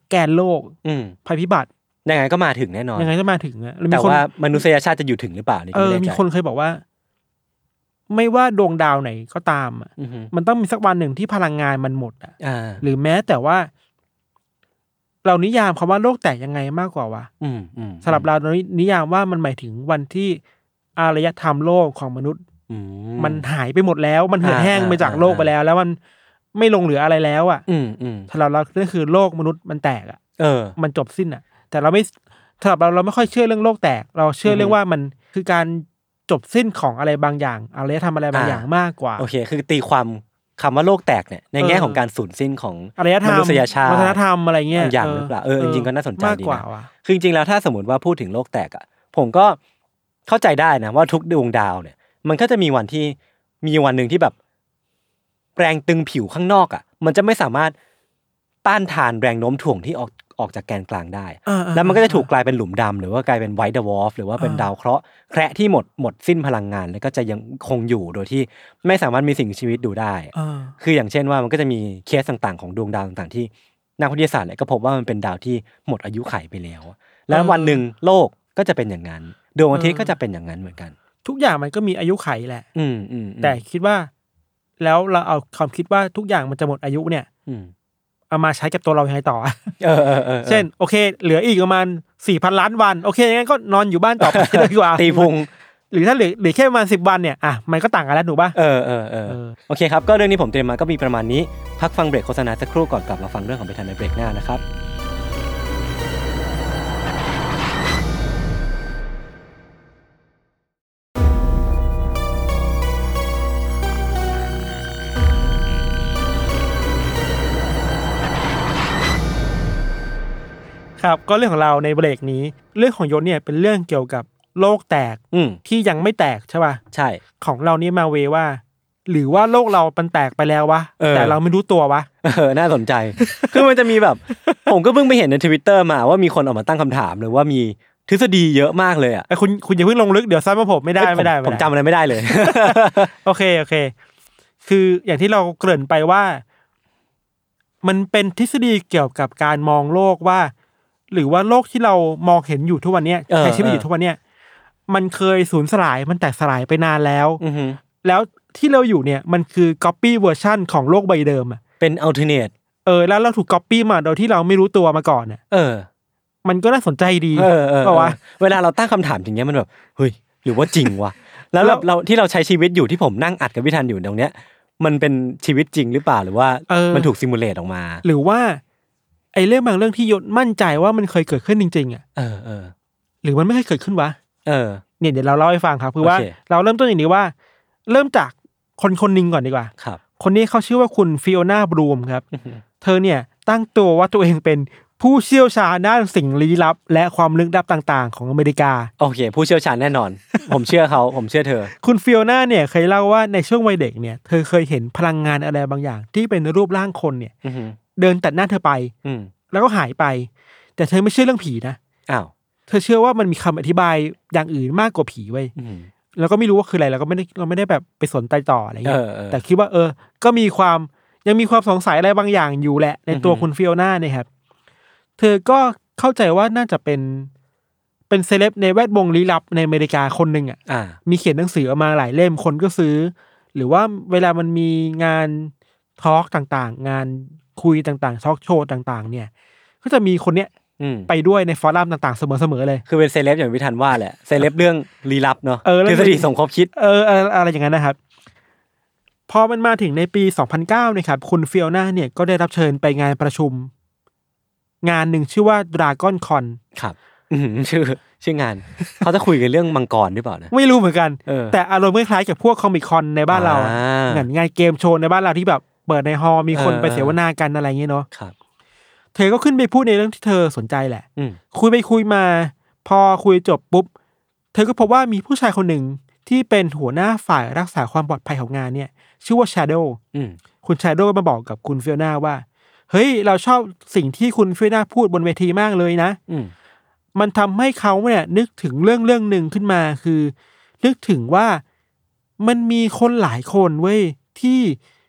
แกนโลกภัยพิบัติยังไงก็มาถึงแน่นอนยังไงก็มาถึงอะแต่ว่ามนุษยชาติจะอยู่ถึงหรือเปล่านี่ไม่แน่ใจมีคนเคยบอกว่าไม่ว่าดวงดาวไหนก็ตามอ่ะมันต้องมีสักวันหนึ่งที่พลังงานมันหมดอ่ะหรือแม้แต่ว่าเรานิยามคำว่าโลกแตกยังไงมากกว่าวะสำหรับเรานิยามว่ามันหมายถึงวันที่อารยธรรมโลกของมนุษย์มันหายไปหมดแล้วมันเหือดแห้งไปจากโลกไปแล้วมันไม่ลงเหลืออะไรแล้วอ่ะสำหรับเรานั่นคือโลกมนุษย์มันแตกอ่ะมันจบสิ้นอ่ะแต่เราไม่สำหรับเราไม่ค่อยเชื่อเรื่องโลกแตกเราเชื่อเรื่องว่ามันคือการจบสิ้นของอะไรบางอย่างอารยธรรมอะไรบางอย่างมากกว่าโอเคคือตีความคำว่าโลกแตกเนี่ยในแง่ของการสูญสิ้นของอารยธรรมมนุษยชาติวัฒนธรรมอะไรเงี้ยอย่างหรือเปล่าจริงๆก็น่าสนใจดีนะคือจริงๆแล้วถ้าสมมติว่าพูดถึงโลกแตกอ่ะผมก็เข้าใจได้นะว่าทุกดวงดาวเนี่ยมันก็จะมีวันที่มีวันนึงที่แบบแรงตึงผิวข้างนอกอ่ะมันจะไม่สามารถต้านทานแรงโน้มถ่วงที่ออกจากแกนกลางได้แล้วมันก็จะถูกกลายเป็นหลุมดำหรือว่ากลายเป็นไวท์ดวอร์ฟหรือว่าเป็นดาวเคราะห์แคระที่หมดสิ้นพลังงานแล้วก็จะยังคงอยู่โดยที่ไม่สามารถมีสิ่งมีชีวิตอยู่ได้คืออย่างเช่นว่ามันก็จะมีเคสต่างๆของดวงดาวต่างๆที่นักวิทยาศาสตร์เนี่ยก็พบว่ามันเป็นดาวที่หมดอายุขัยไปแล้วแล้ววันหนึ่งโลกก็จะเป็นอย่างนั้นดวงอาทิตย์ก็จะเป็นอย่างนั้นเหมือนกันทุกอย่างมันก็มีอายุขัยแหละแต่คิดว่าแล้วเราเอาความคิดว่าทุกอย่างมันจะหมดอายุเนี่ยเอามาใช้กับตัวเรายังไงต่อเช่นโอเคเหลืออีกประมาณ 4,000 ล้านวันโอเคงั้นก็นอนอยู่บ้านต่อไปเลยดีกว่าตีพุงหรือถ้าเหลือแค่ประมาณ10 วันเนี่ยมันก็ต่างกันแล้วถูกป่ะโอเคครับก็เรื่องนี้ผมเตรียมมาก็มีประมาณนี้พักฟังเบรกโฆษณาสักครู่ก่อนกลับมาฟังเรื่องของไปทันในเบรกหน้านะครับครับก็เรื่องของเราในเบรกนี้เรื่องของยศเนี่ยเป็นเรื่องเกี่ยวกับโลกแตกที่ยังไม่แตกใช่ป่ะใช่ของเรานี่มาเวว่าหรือว่าโลกเรามันแตกไปแล้ววะแต่เราไม่รู้ตัววะน่าสนใจ คือมันจะมีแบบ ผมก็เพิ่งไปเห็นใน Twitter มาว่ามีคนออกมาตั้งคำถามหรือว่ามีทฤษฎีเยอะมากเลยอ่ะคุณอย่าเพิ่งลงลึกเดี๋ยวซ้ำมาผมไม่ได้ผมจำอะไรไม่ได้เลยโอเคคืออย่างที่เราเกริ่นไปว่ามันเป็นทฤษฎีเกี่ยวกับการมองโลกว่าหรือว่าโลกที่เรามองเห็นอยู่ทุกวันนี้ใช้ชีวิตอยู่ทุกวันนี้มันเคยสูญสลายมันแตกสลายไปนานแล้วแล้วที่เราอยู่เนี่ยมันคือ copy version ของโลกใบเดิมอ่ะเป็น alternate แล้วเราถูก copy มาโดยที่เราไม่รู้ตัวมาก่อนเนี่ยมันก็น่าสนใจดีเพราะว่าเวลาเราตั้งคำถามอย่างเงี้ยมันแบบเฮ้ยหรือว่าจริงวะแล้วเราที่เราใช้ชีวิตอยู่ที่ผมนั่งอัดกับพี่ธันอยู่ตรงเนี้ยมันเป็นชีวิตจริงหรือเปล่าหรือว่ามันถูกซิมูเลตออกมาหรือว่าไอ้เรื่องบางเรื่องที่ยศมั่นใจว่ามันเคยเกิดขึ้นจริงๆอ่ะหรือมันไม่เคยเกิดขึ้นวะเนี่ยเดี๋ยวเราเล่าให้ฟังครับคือว่าเราเริ่มต้นอย่างนี้ว่าเริ่มจากคนนึงก่อนดีกว่าครับคนนี้เขาชื่อว่าคุณฟิโอนาบรูมครับเธอเนี่ยตั้งตัวว่าตัวเองเป็นผู้เชี่ยวชาญด้านสิ่งลี้ลับและความลึกลับต่างๆของอเมริกาโอเคผู้เชี่ยวชาญแน่นอน ผมเชื่อเขาผมเชื่อเธอคุณฟิโอนาเนี่ยเคยเล่าว่าในช่วงวัยเด็กเนี่ยเธอเคยเห็นพลังงานอะไรบางอย่างที่เป็นรูปร่างคนเนี่ยเดินตัดหน้าเธอไปแล้วก็หายไปแต่เธอไม่เชื่อเรื่องผีนะเธอเชื่อว่ามันมีคำอธิบายอย่างอื่นมากกว่าผีไว้แล้วก็ไม่รู้ว่าคืออะไรเราไม่ได้แบบไปสนใจต่ออะไรเงี้ยแต่คิดว่าก็ยังมีความสงสัยอะไรบางอย่างอยู่แหละในตัวคุณฟิโอนาเนี่ยครับเธอก็เข้าใจว่าน่าจะเป็นเซเลบในแวดวงลี้ลับในอเมริกาคนหนึ่งมีเขียนหนังสือออกมาหลายเล่มคนก็ซื้อหรือว่าเวลามันมีงานทอล์กต่างๆงานคุยต่างๆทอล์กโชว์ต่างๆเนี่ยก็จะมีคนเนี้ยไปด้วยในฟอรัมต่างๆเสมอๆเลยคือเป็นเซเลบอย่างพี่ธันว่าแหละเซเลบเรื่องลี้ลับเนาะทฤษฎีสมคบคิดอะไรอย่างนั้นนะครับพอมันมาถึงในปี2009นะครับคุณฟิโอนาเนี่ยก็ได้รับเชิญไปงานประชุมงานหนึ่งชื่อว่า Dragon Con ครับชื่องาน เขาจะคุยกันเรื่องมังกรหรือเปล่านะไม่รู้เหมือนกันแต่อารมณ์คล้ายๆกับพวกคอมิคคอนในบ้านเรางานเกมโชว์ในบ้านเราที่แบบเปิดในฮอลล์มีคนไปเสวนากันอะไรอย่างเงี้ยเนาะเธอก็ขึ้นไปพูดในเรื่องที่เธอสนใจแหละคุยมาพอคุยจบปุ๊บเธอก็พบว่ามีผู้ชายคนหนึ่งที่เป็นหัวหน้าฝ่ายรักษาความปลอดภัยของงานเนี่ยชื่อว่า Shadow คุณ Shadow มาบอกกับคุณฟิโอนาว่าเฮ้ยเราชอบสิ่งที่คุณฟิโอนาพูดบนเวทีมากเลยนะมันทำให้เขาเนี่ยนึกถึงเรื่องหนึ่งขึ้นมาคือนึกถึงว่ามันมีคนหลายคนเว้ยที่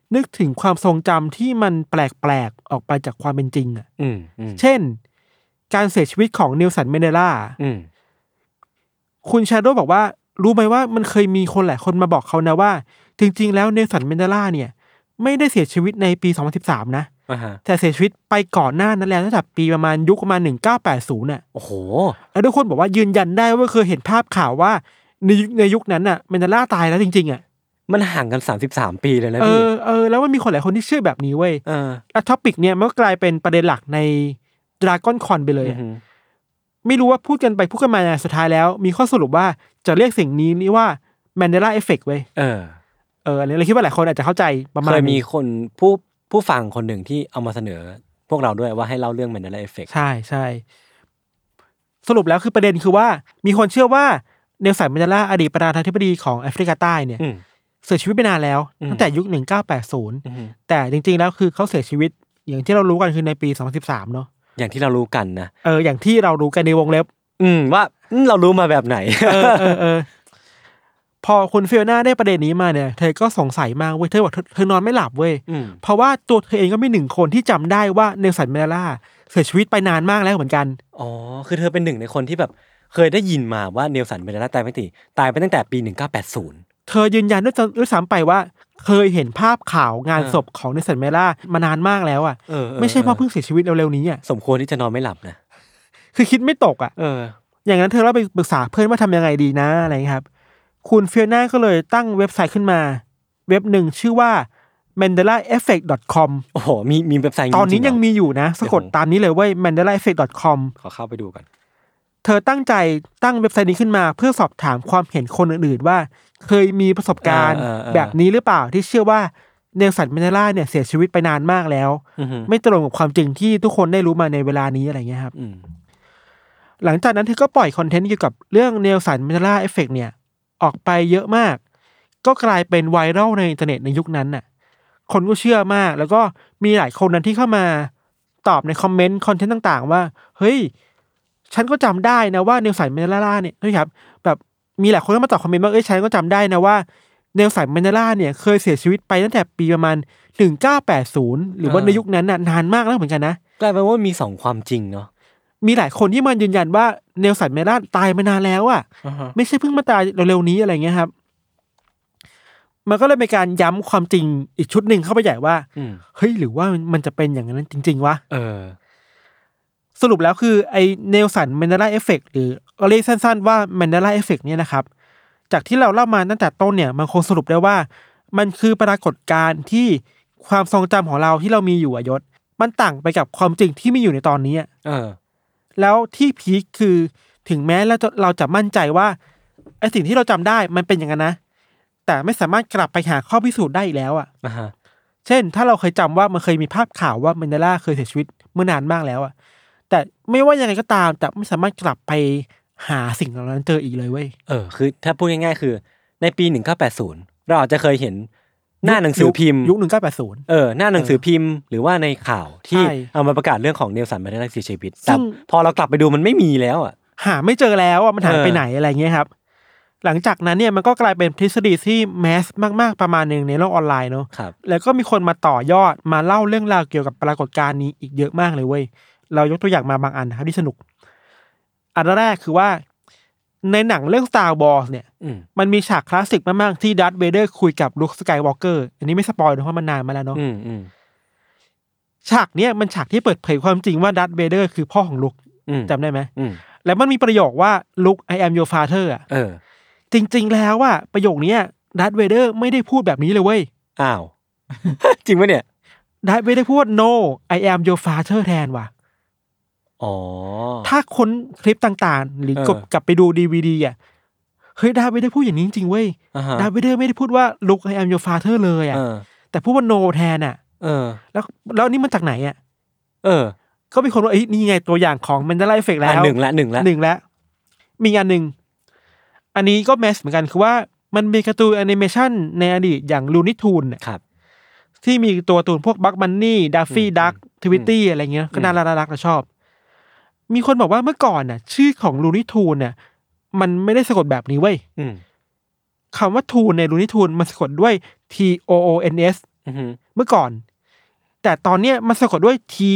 นึกถึงความทรงจำที่มันแปลกๆออกไปจากความเป็นจริงอ่ะ เช่นการเสียชีวิตของเนลสันแมนเดลาคุณชาโดบอกว่ารู้ไหมว่ามันเคยมีคนหลายคนมาบอกเขานะว่าจริงๆแล้วเนลสันแมนเดลาเนี่ยไม่ได้เสียชีวิตในปี2013นะแต่เสียชีวิตไปก่อนหน้านั้นแล้วตั้งแต่ปีประมาณยุคประมาณ1980น่ะโอ้โหแล้วทุกคนบอกว่ายืนยันได้ว่าเคยเห็นภาพข่าวว่าในยุคนั้นน่ะแมนเดลาตายแล้วจริงๆอ่ะมันห่างกัน33ปีเลยนะพี่แล้วมันมีคนหลายคนที่เชื่อแบบนี้เว้ยแล้วท็อปิกเนี่ยมันก็กลายเป็นประเด็นหลักในDragonConไปเลยไม่รู้ว่าพูดกันไปพูดกันมาสุดท้ายแล้วมีข้อสรุปว่าจะเรียกสิ่งนี้ว่า Mandela Effect เว้ยอันนี้เราคิดว่าหลายคนอาจจะเข้าใจประมาณเคยมีคนผู้ฟังคนหนึ่งที่เอามาเสนอพวกเราด้วยว่าให้เล่าเรื่อง Mandela Effect ใช่สรุปแล้วคือประเด็นคือว่ามีคนเชื่อว่าเนลสัน แมนเดลาอดีตประธานาธิบดีของแอฟริกาใต้เนี่ยเสียชีวิตไปนานแล้วตั้งแต่ยุค1980แต่จริงๆแล้วคือเขาเสียชีวิตอย่างที่เรารู้กันคือในปี2013เนาะอย่างที่เรารู้กันนะอย่างที่เรารู้กันในวงเล็บว่าเรารู้มาแบบไหนพอคุณฟิโอน่าได้ประเด็นนี้มาเนี่ยเธอก็สงสัยมากเว้ยเธอบอกเธอนอนไม่หลับเว้ยเพราะว่าตัวเธอเองก็มี1คนที่จำได้ว่าเนลสัน แมนเดลาเสียชีวิตไปนานมากแล้วเหมือนกันคือเธอเป็นหนึ่งในคนที่แบบเคยได้ยินมาว่าเนลสัน แมนเดลาตายไปตั้งแต่ปี1980 เธอยืนยันด้วยซ้ำไปว่าเคยเห็นภาพข่าวงานศพของเนลสัน แมนเดลามานานมากแล้วอ่ะไม่ใช่ว่าเพิ่งเสียชีวิตเร็วๆนี้อ่ะสมควรที่จะนอนไม่หลับนะคือคิดไม่ตกอ่ะอย่างนั้นเธอเราไปปรึกษาเพื่อนว่าทำยังไงดีนะอะไรครับคุณฟิโอน่าก็เลยตั้งเว็บไซต์ขึ้นมาเว็บหนึ่งชื่อว่า mandelaeffect.com โอ้โหมีเว็บไซต์ตอนนี้ยังมีอยู่นะสะกดตามนี้เลยเว้ย mandelaeffect.com ขอเข้าไปดูกันเธอตั้งใจตั้งเว็บไซต์นี้ขึ้นมาเพื่อสอบถามความเห็นคนอื่นๆว่าเคยมีประสบการณ์แบบนี้หรือเปล่าที่เชื่อว่าเนลสัน แมนเดลาเนี่ยเสียชีวิตไปนานมากแล้วไม่ตรงกับความจริงที่ทุกคนได้รู้มาในเวลานี้อะไรเงี้ยครับหลังจากนั้นเธอก็ปล่อยคอนเทนต์เกี่ยวกับเรื่องเนลสัน แมนเดลาเอฟเฟกต์เนี่ยออกไปเยอะมากก็กลายเป็นไวรัลในอินเทอร์เน็ตในยุคนั้นน่ะคนก็เชื่อมากแล้วก็มีหลายคนนั้นที่เข้ามาตอบในคอมเมนต์คอนเทนต์ต่างๆว่าเฮ้ยฉันก็จำได้นะว่าเนลสัน แมนเดลาเนี่ยนะครับแบบมีหลายคนเข้ามาตอบคอมเมนต์ว่าฉันก็จำได้นะว่าเนลสัน แมนเดลาเนี่ยเคยเสียชีวิตไปตั้งแต่ปีประมาณ1980หรือว่าในยุคนั้นน่ะนานมากแล้วเหมือนกันนะกลายเป็นว่ามี2ความจริงเนาะมีหลายคนที่มันยืนยันว่าเนลสัน แมนเดลาตายมานานแล้วอ่ะไม่ใช่เพิ่งมาตายเร็วๆนี้อะไรเงี้ยครับมันก็เลยเป็นการย้ำความจริงอีกชุดหนึ่งเข้าไปใหญ่ว่าเฮ้ยหรือว่ามันจะเป็นอย่างนั้นจริงๆวะสรุปแล้วคือไอเนลสัน แมนเดลาเอฟเฟกต์หรือเรียกสั้นๆว่าแมนเดลาเอฟเฟกต์เนี่ยนะครับจากที่เราเล่ามาตั้งแต่ต้นเนี่ยมันคงสรุปได้ว่ามันคือปรากฏการณ์ที่ความทรงจำของเราที่เรามีอยู่ยศมันต่างไปกับความจริงที่มีอยู่ในตอนนี้แล้วที่พีคคือถึงแม้เราจะมั่นใจว่าไอสิ่งที่เราจำได้มันเป็นอย่างนั้นนะแต่ไม่สามารถกลับไปหาข้อพิสูจน์ได้อีกแล้วอ่ะเช่นถ้าเราเคยจำว่ามันเคยมีภาพข่าวว่าแมนเดลาเคยเสียชีวิตเมื่อนานมากแล้วอ่ะแต่ไม่ว่ายังไงก็ตามจะไม่สามารถกลับไปหาสิ่งเหล่านั้นเจออีกเลยเว้ยคือถ้าพูดง่ายๆคือในปี1980เราอาจจะเคยเห็นหน้าหนังสือพิมพ์ยุค1980 หน้าหนังสือพิมพ์หรือว่าในข่าวที่เอามาประกาศเรื่องของเนลสัน แมนเดลาเสียชีวิตแต่พอเรากลับไปดูมันไม่มีแล้วอ่ะหาไม่เจอแล้วอ่ะมันหายไปไหนอะไรเงี้ยครับหลังจากนั้นเนี่ยมันก็กลายเป็นทฤษฎีที่แมสมากๆประมาณนึงในโลกออนไลน์เนาะแล้วก็มีคนมาต่อยอดมาเล่าเรื่องราวเกี่ยวกับปรากฏการณ์นี้อีกเยอะมากเลยเว้ยเรายกตัวอย่างมาบางอันนะครับที่สนุกอันแรกคือว่าในหนังเรื่อง Star Wars เนี่ยมันมีฉากคลาสสิกมากๆที่ดัธเวเดอร์คุยกับลุค สกายวอล์กเกอร์อันนี้ไม่สปอยล์เพราะมันนานมาแล้วเนาะฉากเนี้ยมันฉากที่เปิดเผยความจริงว่าดัธเวเดอร์คือพ่อของลุคจำได้ไหมแล้วมันมีประโยคว่าลุค I am your father อ่ะจริงๆแล้วอ่ะประโยคนี้ดัธเวเดอร์ไม่ได้พูดแบบนี้เลยเว้ยอ้าว จริงปะเนี่ยดัธเวเดอร์พูด no I am your father แทนว่ะถ้าค้นคลิปต่างๆหรือกลับไปดู DVD อ่ะเฮ้ยดัธเวเดอร์พูดอย่างนี้จริงๆเว้ยดัธเวเดอร์ไม่ได้พูดว่า look I am your father เลยอ่ะแต่พูดว่า no แทนอ่ะแล้วนี่มันจากไหนอ่ะก็มีคนว่านี่ไงตัวอย่างของ Mandela Effect แล้ว 1แล้วมีงานหนึ่งอันนี้ก็แมสเหมือนกันคือว่ามันมีการ์ตูนแอนิเมชันในอดีตอย่าง Looney Tunes ที่มีตัวตูนพวกบัคบันนี่ดัฟฟี่ดักทวิตตี้อะไรเงี้ยก็น่ารักๆเราชอบมีคนบอกว่าเมื่อก่อนน่ะชื่อของ Looney Tunes เนี่ยมันไม่ได้สะกดแบบนี้เว้ยคำว่า Toon ใน Looney Tunes มันสะกดด้วย TOONS เมื่อก่อนแต่ตอนเนี้ยมันสะกดด้วย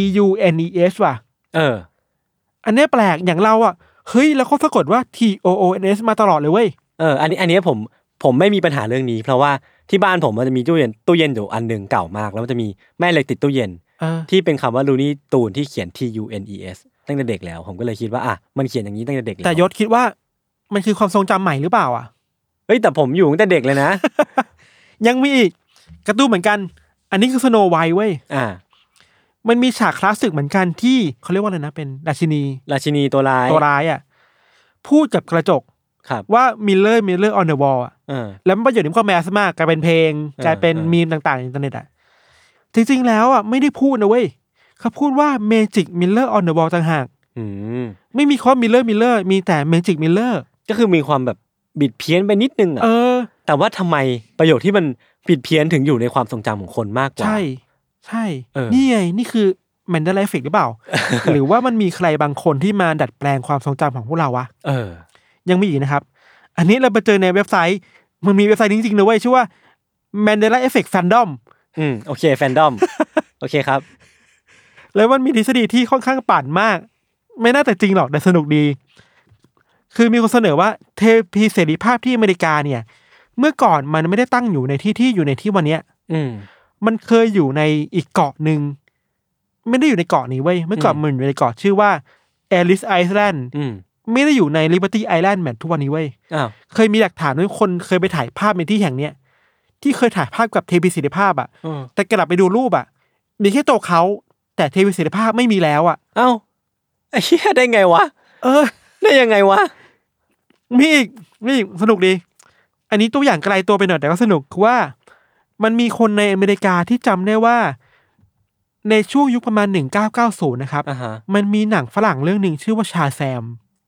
TUNES ว่ะอันนี้แปลกอย่างเราอ่ะเฮ้ยแล้วเขาสะกดว่า TOONS มาตลอดเลยเว้ยอันนี้ผมไม่มีปัญหาเรื่องนี้เพราะว่าที่บ้านผมมันจะมีตู้เย็นอยู่อันนึงเก่ามากแล้วมันจะมีแม่เหล็กติดตู้เย็นที่เป็นคำว่าลูนี่ตูนที่เขียน TUNES ตั้งแต่เด็กแล้วผมก็เลยคิดว่ามันเขียนอย่างนี้ตั้งแต่เด็กแล้วแต่ยศคิดว่ามันคือความทรงจำใหม่หรือเปล่าอ่ะเฮ้ยแต่ผมอยู่ตั้งแต่เด็กเลยนะยังมีอีกการ์ตูนเหมือนกันอันนี้คือสโนว์ไวท์เว้ยมันมีฉากคลาสสิกเหมือนกันที่เขาเรียกว่าอะไรนะเป็นราชินีตัวร้ายอ่ะพูดกับกระจกว่ามิลเลอร์ออนเดอะวอลอ่ะแล้วมันประโยชน์นี้ก็แมสมากกลายเป็นเพลงกลายเป็นมีมต่างๆในอินเทอร์เน็ตอ่ะจริงๆแล้วอ่ะไม่ได้พูดนะเว้ยเขาพูดว่า Magic Miller on the Wall ต่างหากไม่มีคำว่า Miller มีแต่ Magic Miller ก็คือมีความแบบบิดเพี้ยนไปนิดนึงอ่ะแต่ว่าทำไมประโยคที่มันบิดเพี้ยนถึงอยู่ในความทรงจำของคนมากกว่าใช่นี่ไงนี่คือ Mandela Effect หรือเปล่า หรือว่ามันมีใครบางคนที่มาดัดแปลงความทรงจำของพวกเราวะยังมีอีกนะครับอันนี้เราไปเจอในเว็บไซต์มันมีเว็บไซต์จริงๆนะเว้ยชื่อว่า Mandela Effect Fandom โอเค Fandom โอเคครับแล้วมันมีทฤษฎีที่ค่อนข้างปั่นมากไม่น่าแต่จริงหรอกแต่สนุกดีคือมีคนเสนอว่าเทพีเสรีภาพที่อเมริกาเนี่ยเมื่อก่อนมันไม่ได้ตั้งอยู่ในที่อยู่ในที่วันเนี้ยมันเคยอยู่ในอีกเกาะนึงไม่ได้อยู่ในเกาะนี้เว้ยเมื่อก่อนมันอยู่ในเกาะชื่อว่า Ellis Islandไม่ได้อยู่ใน Liberty Island แบบทุกวันนี้เว้ยเคยมีหลักฐานว่าคนเคยไปถ่ายภาพในที่แห่งเนี้ยที่เคยถ่ายภาพกับเทพีเสรีภาพอ่ะแต่กลับไปดูรูปอ่ะมีแค่ตัวเขาแต่เทพีเสรีภาพไม่มีแล้วอ่ะไอ้เหี้ยได้ไงวะได้ยังไงวะมีอีกสนุกดีอันนี้ตัวอย่างไกลตัวไปหน่อยแต่ก็สนุกคือว่ามันมีคนในอเมริกาที่จำได้ว่าในช่วงยุคประมาณ1990นะครับมันมีหนังฝรั่งเรื่องหนึ่งชื่อว่าชาแซม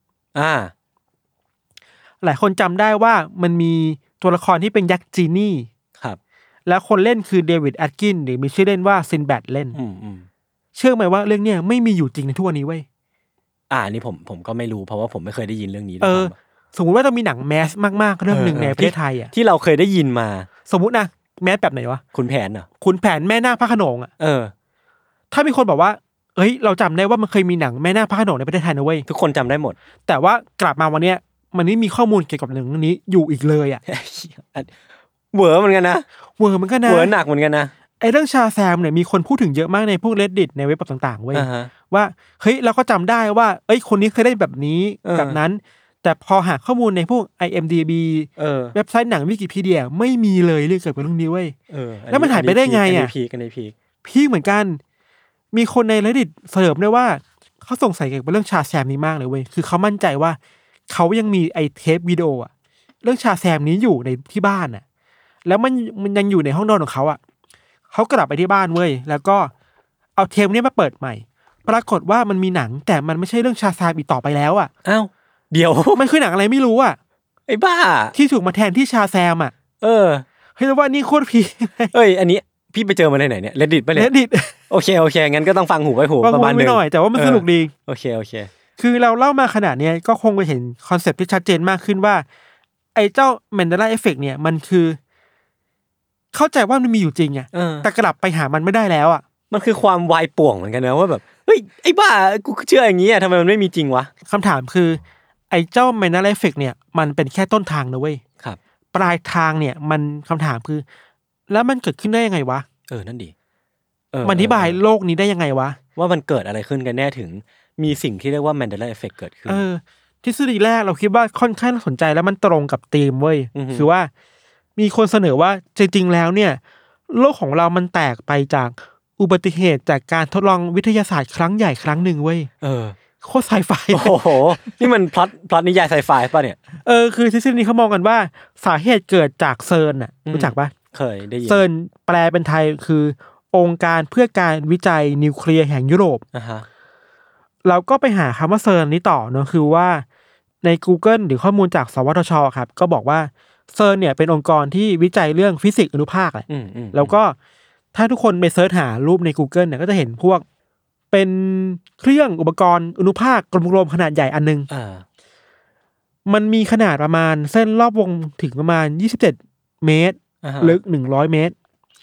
หลายคนจำได้ว่ามันมีตัวละครที่เป็นยักษ์จีนี่ครับแล้วคนเล่นคือเดวิดแอตกินหรือมีชื่อเล่นว่าซินแบดเล่นเชื่อไหมว่าเรื่องเนี้ยไม่มีอยู่จริงในทุกวันนี้เว้ยนี่ผมก็ไม่รู้เพราะว่าผมไม่เคยได้ยินเรื่องนี้สมมติว่าต้องมีหนังแมสมากๆเรื่องนึงในประเทศไทยอ่ะที่เราเคยได้ยินมาสมมุตินะแมสแบบไหนวะขุนแผนเหรอขุนแผนแม่นาคพระโขนงอ่ะถ้ามีคนบอกว่าเอ้ยเราจำได้ว่ามันเคยมีหนังแม่นาคพระโขนงในประเทศไทยนะเว้ยทุกคนจำได้หมดแต่ว่ากลับมาวันเนี้ยมันไม่มีข้อมูลเกี่ยวกับเรื่องนี้อยู่อีกเลยอ่ะเหวอเหมือนกันนะเหวอเหมือนกันนะเหวอหนักเหมือนกันนะไอ้เรื่องชาแซมเนี่ยมีคนพูดถึงเยอะมากในพวก Reddit ในเว็บต่างๆเว้ยว่าเฮ้ยเราก็จำได้ว่าเอ้ยคนนี้เคยได้แบบนี้แบบนั้นแต่พอหาข้อมูลในพวก IMDb เว็บไซต์หนัง Wikipedia ไม่มีเลยเรื่องเกี่ยวกับเรื่องนี้เว้ยแล้วมันหายไปได้ไงอ่ะพีคเหมือนกันมีคนใน Reddit เสริมด้วยว่าเขาสงสัยเกี่ยวกับเรื่องชาแซมนี้มากเลยเว้ยคือเขามั่นใจว่าเขายังมีไอ้เทปวิดีโออ่ะเรื่องชาแซมนี้อยู่ในที่บ้านอ่ะแล้วมันยังอยู่ในห้องนอนของเขาอ่ะเขากลับไปที่บ้านเว้ยแล้วก็เอาเทปนี้มาเปิดใหม่ปรากฏว่ามันมีหนังแต่มันไม่ใช่เรื่องชาแซมอีกต่อไปแล้วอ่ะอ้าวเดี๋ยวมันคือหนังอะไรไม่รู้อ่ะไอ้บ้าที่ถูกมาแทนที่ชาแซมอ่ะเฮ้ยว่านี่โคตรพีอันนี้พี่ไปเจอมาไหนเนี่ย Reddit ป่ะเนี่ย Reddit โอเคงั้นก็ต้องฟังหูไว้หูประมาณนึงหน่อยแต่ว่ามันสนุกดีโอเคคือเราเล่ามาขนาดนี้ก็คงไปเห็นคอนเซ็ปต์ที่ชัดเจนมากขึ้นว่าไอ้เจ้า Mandela Effect เนี่ยมันคือเข้าใจว่ามันมีอยู่จริงอ่ะแต่กลับไปหามันไม่ได้แล้วอ่ะมันคือความวายป่วงเหมือนกันนะว่าแบบเฮ้ยไอ้บ้ากูเชื่ออย่างงี้อ่ะทำไมมันไม่มีจริงวะคำถามคือไอ้เจ้า Mandela Effect เนี่ยมันเป็นแค่ต้นทางนะเว้ยครับปลายทางเนี่ยมันคำถามคือแล้วมันเกิดขึ้นได้ยังไงวะนั่นดิมันอธิบายโลกนี้ได้ยังไงวะว่ามันเกิดอะไรขึ้นกันแน่ถึงมีสิ่งที่เรียกว่า Mandela Effect เกิดขึ้นทฤษฎีแรกเราคิดว่าค่อนข้างน่าสนใจแล้วมันตรงกับธีมเว้ยคือว่ามีคนเสนอว่าจริงๆแล้วเนี่ยโลกของเรามันแตกไปจากอุบัติเหตุจากการทดลองวิทยาศาสตร์ครั้งใหญ่ครั้งหนึ่งเว้ยโคตรไซไฟโอ้โหนี่มันพล็อตนิยายไซไฟป่ะเนี่ยคือทฤษฎีนี้เขามองกันว่าสาเหตุเกิดจากเซิร์นน่ะรู้จักป่ะเคยได้ยินเซิร์นแปลเป็นไทยคือองค์การเพื่อการวิจัยนิวเคลียร์แห่งยุโรปเราก็ไปหาคำว่าเซิร์นนี้ต่อเนอะคือว่าใน Google หรือข้อมูลจากสวทช.ครับก็บอกว่าเซิร์นเนี่ยเป็นองค์กรที่วิจัยเรื่องฟิสิกส์อนุภาคแหละแล้วก็ถ้าทุกคนไปเสิร์ชหารูปใน Google เนี่ยก็จะเห็นพวกเป็นเครื่องอุปกรณ์อนุภาคกลมๆขนาดใหญ่อันนึงมันมีขนาดประมาณเส้นรอบวงถึงประมาณ27 เมตรลึก100 เมตร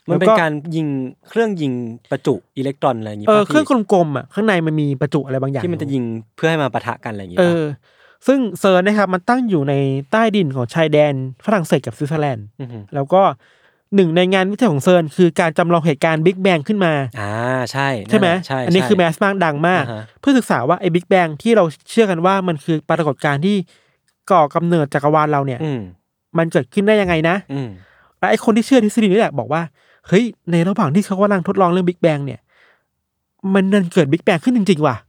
มันเป็นการยิงเครื่องยิงประจุอิเล็กตรอนอะไรอย่างงี้ป่ะเครื่องกลมๆอ่ะข้างในมันมีประจุอะไรบางอย่างที่มันจะยิงเพื่อให้มาปะทะกันอะไรอย่างงี้ซึ่งเซิร์นนะครับมันตั้งอยู่ในใต้ดินของชายแดนฝรั่งเศสกับสวิตเซอร์แลนด์แล้วก็หนึ่งในงานวิจัยของเซิร์นคือการจำลองเหตุการณ์บิ๊กแบงขึ้นมาใช่ไหมอันนี้คือแมสมากดังมากเพื่อศึกษาว่าไอ้บิ๊กแบงที่เราเชื่อกันว่ามันคือปรากฏการณ์ที่ก่อกำเนิดจักรวาลเราเนี่ยมันเกิดขึ้นได้ยังไงนะและไอ้คนที่เชื่อทฤษฎีนี้แหละบอกว่าเฮ้ยในระหว่างที่เขากำลังทดลองเรื่องบิ๊กแบงเนี่ยมันดันเกิดบิ๊กแบงขึ้นจริงๆว่ะ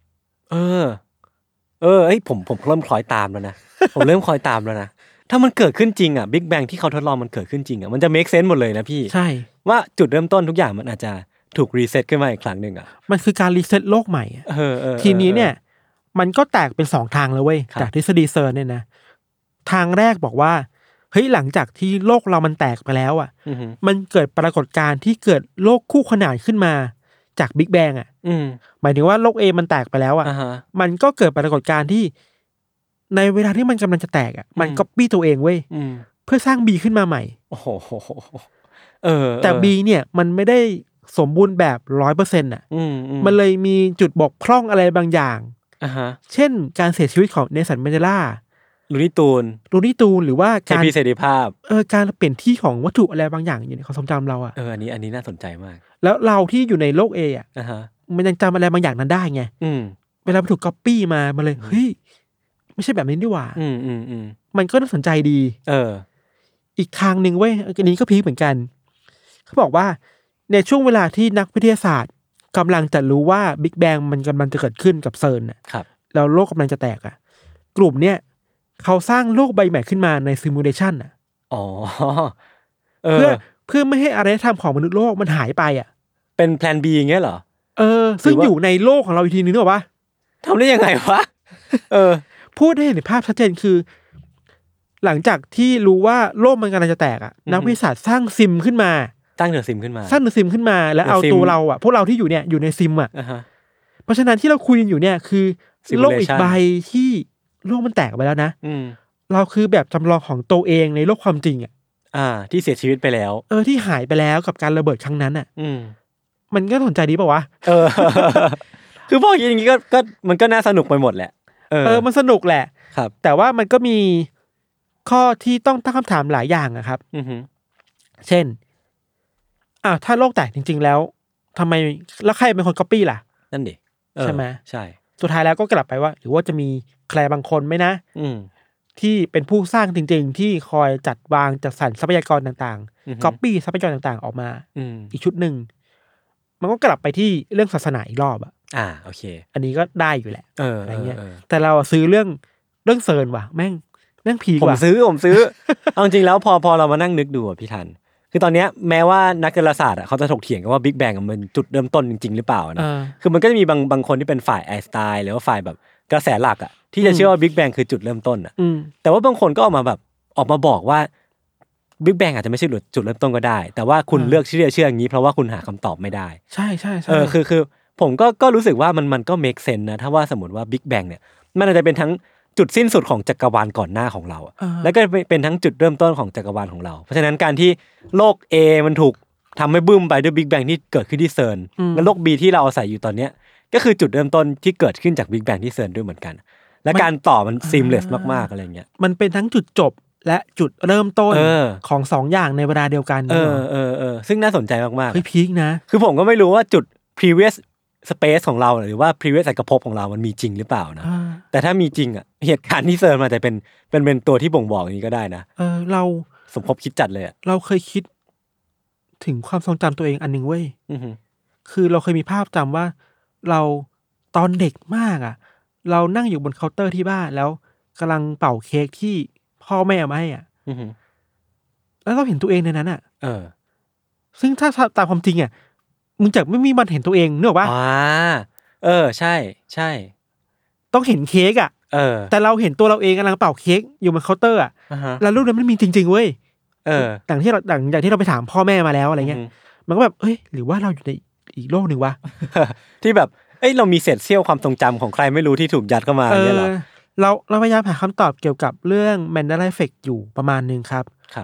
ผมเริ่มคล้อยตามแล้วนะ ผมเริ่มคล้อยตามแล้วนะถ้ามันเกิดขึ้นจริงอ่ะบิ๊กแบงที่เขาทดลองมันเกิดขึ้นจริงอ่ะมันจะเมคเซนส์หมดเลยนะพี่ใช่ว่าจุดเริ่มต้นทุกอย่างมันอาจจะถูกรีเซ็ตขึ้นมาอีกครั้งนึงอ่ะมันคือการรีเซ็ตโลกใหม่ทีนี้เนี่ยมันก็แตกเป็น2ทางเลยเว้ยจากทฤษฎีเซิร์นเนี่ยนะทางแรกบอกว่าเฮ้ยหลังจากที่โลกเรามันแตกไปแล้วอ่ะมันเกิดปรากฏการณ์ที่เกิดโลกคู่ขนานขึ้นมาจากบิ๊กแบงอ่ะหมายถึงว่าโลก A มันแตกไปแล้วอ่ะมันก็เกิดปรากฏการณ์ที่ในเวลาที่มันกำลังจะแตกอ่ะมันก๊อปปี้ตัวเองเว้ยเพื่อสร้าง B ขึ้นมาใหม่โอ้โหแต่ B เนี่ยมันไม่ได้สมบูรณ์แบบ 100% อ่ะมันเลยมีจุดบกพร่องอะไรบางอย่างเช่นการเสียชีวิตของเนลสัน แมนเดลาลูนี่ตูนหรือว่าการเสรีภาพการเปลี่ยนที่ของวัตถุอะไรบางอย่างอยู่ในความทรงจำเราอ่ะอันนี้น่าสนใจมากแล้วเราที่อยู่ในโลก A อ่ะมันยังจำอะไรบางอย่างนั้นได้ไงเวลาถูกก๊อปปี้มาเลยเฮ้ยไม่ใช่แบบนี้ดีกว่ามันก็น่าสนใจดีอีกทางหนึ่งเว้ยอันนี้ก็พีคเหมือนกันเขาบอกว่าในช่วงเวลาที่นักวิทยาศาสตร์กำลังจะรู้ว่าบิ๊กแบงมันกำลังจะเกิดขึ้นกับเซิร์นอ่ะแล้วโลกกำลังจะแตกอ่ะกลุ่มเนี้ยเขาสร้างโลกใบใหม่ขึ้นมาในซิมูเลชันอ่ะเพื่อไม่ให้อารยธรรมของมนุษย์โลกมันหายไปอ่ะเป็นแพลน B อย่างเงี้ยเหรอซึ่งอยู่ในโลกของเราอีกทีนึงนึกออกปะทำได้ยังไงวะพูดให้เห็นภาพชัดเจนคือหลังจากที่รู้ว่าโลกมันกำลังจะแตกอ่ะนักวิทยาศาสตร์สร้างซิมขึ้นมาตั้งเดอะซิมขึ้นมาแล้วเอาตัวเราอ่ะพวกเราที่อยู่เนี่ยอยู่ในซิมอ่ะเพราะฉะนั้นที่เราคุยอยู่เนี่ยคือโลกอีกใบที่โลกมันแตกไปแล้วนะเราคือแบบจำลองของตัวเองในโลกความจริงอ่ะที่เสียชีวิตไปแล้วที่หายไปแล้วกับการระเบิดครั้งนั้นอ่ะมันก็สนใจดีป่ะวะคือพออย่างนี้ก็มันก็น่าสนุกไปหมดแหละมันสนุกแหละครับแต่ว่ามันก็มีข้อที่ต้องตั้งคำถามหลายอย่างอะครับเช่นถ้าโลกแตกจริงๆแล้วทำไมแล้วใครเป็นคนก๊อปปี้ล่ะนั่นดิใช่ไหมใช่สุดท้ายแล้วก็กลับไปว่าหรือว่าจะมีใครบางคนไหมนะที่เป็นผู้สร้างจริงๆที่คอยจัดวางจัดสรรทรัพยากรต่างๆก๊อปปี้ทรัพยากรต่างๆออกมาอีกชุดหนึ่งมันก็กลับไปที่เรื่องศาสนาอีกรอบโอเคอันนี้ก็ได้อยู่แหละอะไรเงี้ยแต่เราซื้อเรื่องเซิร์นว่ะแม่งผีกว่าผมซื้อ เอาจริงแล้วพอเรามานั่งนึกดูพี่ทันคือตอนนี้แม้ว่านักดาราศาสตร์เขาจะถกเถียงกันว่าบิ๊กแบงมันจุดเริ่มต้นจริงๆหรือเปล่านะคือมันก็จะมีบางคนที่เป็นฝ่ายไอน์สไตน์หรือว่าฝ่ายแบบกระแสหลักที่จะเชื่อว่าบิ๊กแบงคือจุดเริ่มต้นแต่ว่าบางคนก็ออกมาบอกว่าบิ๊กแบงอาจจะไม่ใช่จุดเริ่มต้นก็ได้แต่ว่าคุณเลือกที่จะเชื่ออย่างนี้เพราะว่าคุณหาคำตอบไม่ได้ใช่ใช่คือผมก็รู้สึกว่ามันก็เมคเซนส์นะถ้าว่าสมมติว่าบิ๊กแบงเนี่ยมันอาจจะเป็นทั้งจุดสิ้นสุดของจักรวาลก่อนหน้าของเราแล้วก็เป็นทั้งจุดเริ่มต้นของจักรวาลของเราเพราะฉะนั้นการที่โลก A มันถูกทำให้บึ้มไปด้วยบิ๊กแบงที่เกิดขึ้นที่เซิร์นและโลก B ที่เราอาศัยอยู่ตอนเนี้ยก็คือจุดเริ่มต้นที่เกิดขึ้นจากบิ๊กแบงที่เซิร์นด้วยเหมือนกันและการต่อมันซีมเลสมากๆอะไรเงี้ยมันเป็นทั้งจุดจบและจุดเริ่มต้นของ2อย่างในเวลาเดียวกันซึ่งน่าสนใจมากๆพีคนะคือผมก็ไม่รู้ว่าจุด previous space ของเราหรือว่า previous จักรภพของเรามันมีจริงหรือเปล่านะแต่ถ้ามีจริงเหตุการณ์ที่เซิร์นมาจะเป็นตัวที่บ่งบอกอย่างนี้ก็ได้นะเราสมคบคิดจัดเลยเราเคยคิดถึงความทรงจำตัวเองอันนึงเว้ยคือเราเคยมีภาพจำว่าเราตอนเด็กมากเรานั่งอยู่บนเคาน์เตอร์ที่บ้านแล้วกำลังเป่าเค้กที่พ่อแม่เอามาให้แล้วเราเห็นตัวเองในนั้นซึ่งถ้าตามความจริงมึงจะไม่มีมันเห็นตัวเองนึกออกปะใช่ใช่ต้องเห็นเค้กแต่เราเห็นตัวเราเองกำลังเป่าเค้กอยู่บนเคาน์เตอร์แล้วรูปนั้นมันมีจริงๆเว้ยอย่างที่เราไปถามพ่อแม่มาแล้วอะไรเงี้ยมันก็แบบเอ้ยหรือว่าเราอยู่ในอีกโลกหนึ่งวะที่แบบเรามีเศษเสี้ยวความทรงจำของใครไม่รู้ที่ถูกยัดเข้ามาเนี่ยหรอเราพยายามหาคำตอบเกี่ยวกับเรื่อง Mandela Effect อยู่ประมาณนึงครับ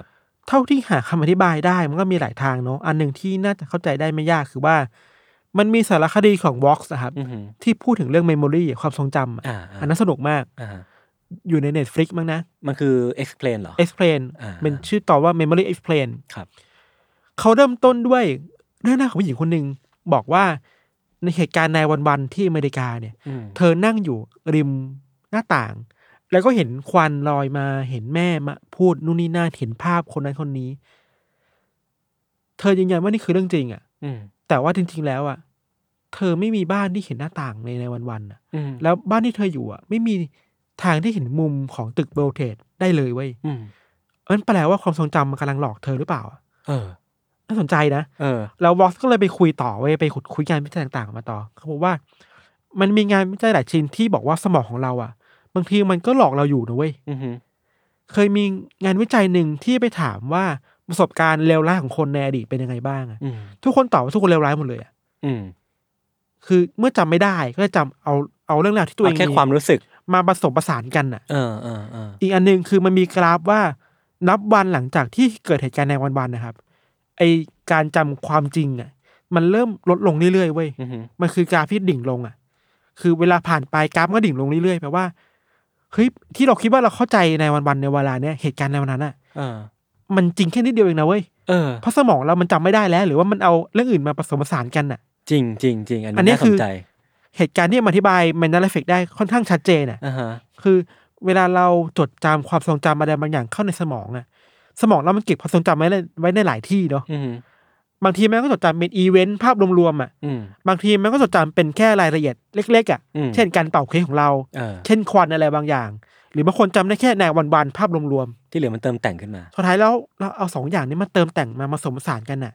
เท่าที่หาคำอธิบายได้มันก็มีหลายทางเนาะอันหนึ่งที่น่าจะเข้าใจได้ไม่ยากคือว่ามันมีสารคดีของ Vox นะครับที่พูดถึงเรื่อง memory ความทรงจำอันนั้นสนุกมากอยู่ใน Netflix มั้งนะมันคือ explain เหรอ explain เป็นชื่อต่อว่า memory explain ครับเขาเริ่มต้นด้วยเรื่องหน้าของผู้หญิงคนหนึ่งบอกว่าในเหตุการณ์ในวันๆที่อเมริกาเนี่ยเธอนั่งอยู่ริมหน้าต่างแล้วก็เห็นควันลอยมาเห็นแม่มาพูดนู่นนี่นั่นเห็นภาพคนนั้นคนนี้เธอยืนยันว่านี่คือเรื่องจริงอ่ะแต่ว่าจริงๆแล้วอ่ะเธอไม่มีบ้านที่เห็นหน้าต่างในวันๆอ่ะแล้วบ้านที่เธออยู่อ่ะไม่มีทางที่เห็นมุมของตึกเบลเทดได้เลยเว้ยนั่นแปลว่าความทรงจำมันกำลังหลอกเธอหรือเปล่าน่าสนใจนะแล้ววอสก็เลยไปคุยต่อเว้ยไปขุดคุยงานวิจัยต่างๆมาต่อเขาบอกว่ามันมีงานวิจัยหลายชิ้นที่บอกว่าสมองของเราอ่ะบางทีมันก็หลอกเราอยู่นะเว้ยเคยมีงานวิจัยหนึ่งที่ไปถามว่าประสบการณ์เลวร้ายของคนในอดีตเป็นยังไงบ้างอ่ะทุกคนตอบว่าทุกคนเลวร้ายหมดเลยอ่ะคือเมื่อจำไม่ได้ก็จะจำเอาเรื่องราวที่ตัวเองแค่ความรู้สึกมาผสมผสานกันอ่ะอีกอันนึงคือมันมีกราฟว่านับวันหลังจากที่เกิดเหตุการณ์ในวันๆนะครับไอการจำความจริงอ่ะมันเริ่มลดลงเรื่อยๆเว้ยมันคือกราฟที่ดิ่งลงอ่ะคือเวลาผ่านไปกราฟก็ดิ่งลงเรื่อยๆแปลว่าเฮ้ยที่เราคิดว่าเราเข้าใจในวันๆในเวลาเนี้ยเหตุการณ์ในวันนั้นอ่ะมันจริงแค่นิดเดียวเองนะเว้ยเพราะสมองเรามันจำไม่ได้แล้วหรือว่ามันเอาเรื่องอื่นมาผสมผสานกันอ่ะจริงจริงจริงอันนี้น่าสนใจเหตุการณ์ที่อธิบายMandela Effectได้ค่อนข้างชัดเจนอ่ะคือเวลาเราจดจำความทรงจำอะไรบางอย่างเข้าในสมองอ่ะสมองเรามันเก็บความทรงจำไว้ในหลายที่เนาะบางทีมันก็จดจำเป็นอีเวนต์ภาพรวมๆอ่ะบางทีมันก็จดจำเป็นแค่รายละเอียดเล็กๆอ่ะเช่นการเป่าเค้กของเราเช่นควันอะไรบางอย่างหรือบางคนจำได้แค่ในวันๆภาพรวมๆที่เหลือมันเติมแต่งขึ้นมาสุดท้ายแล้วเราเอา2อย่างนี้มาเติมแต่งมาผสมผสานกันอ่ะ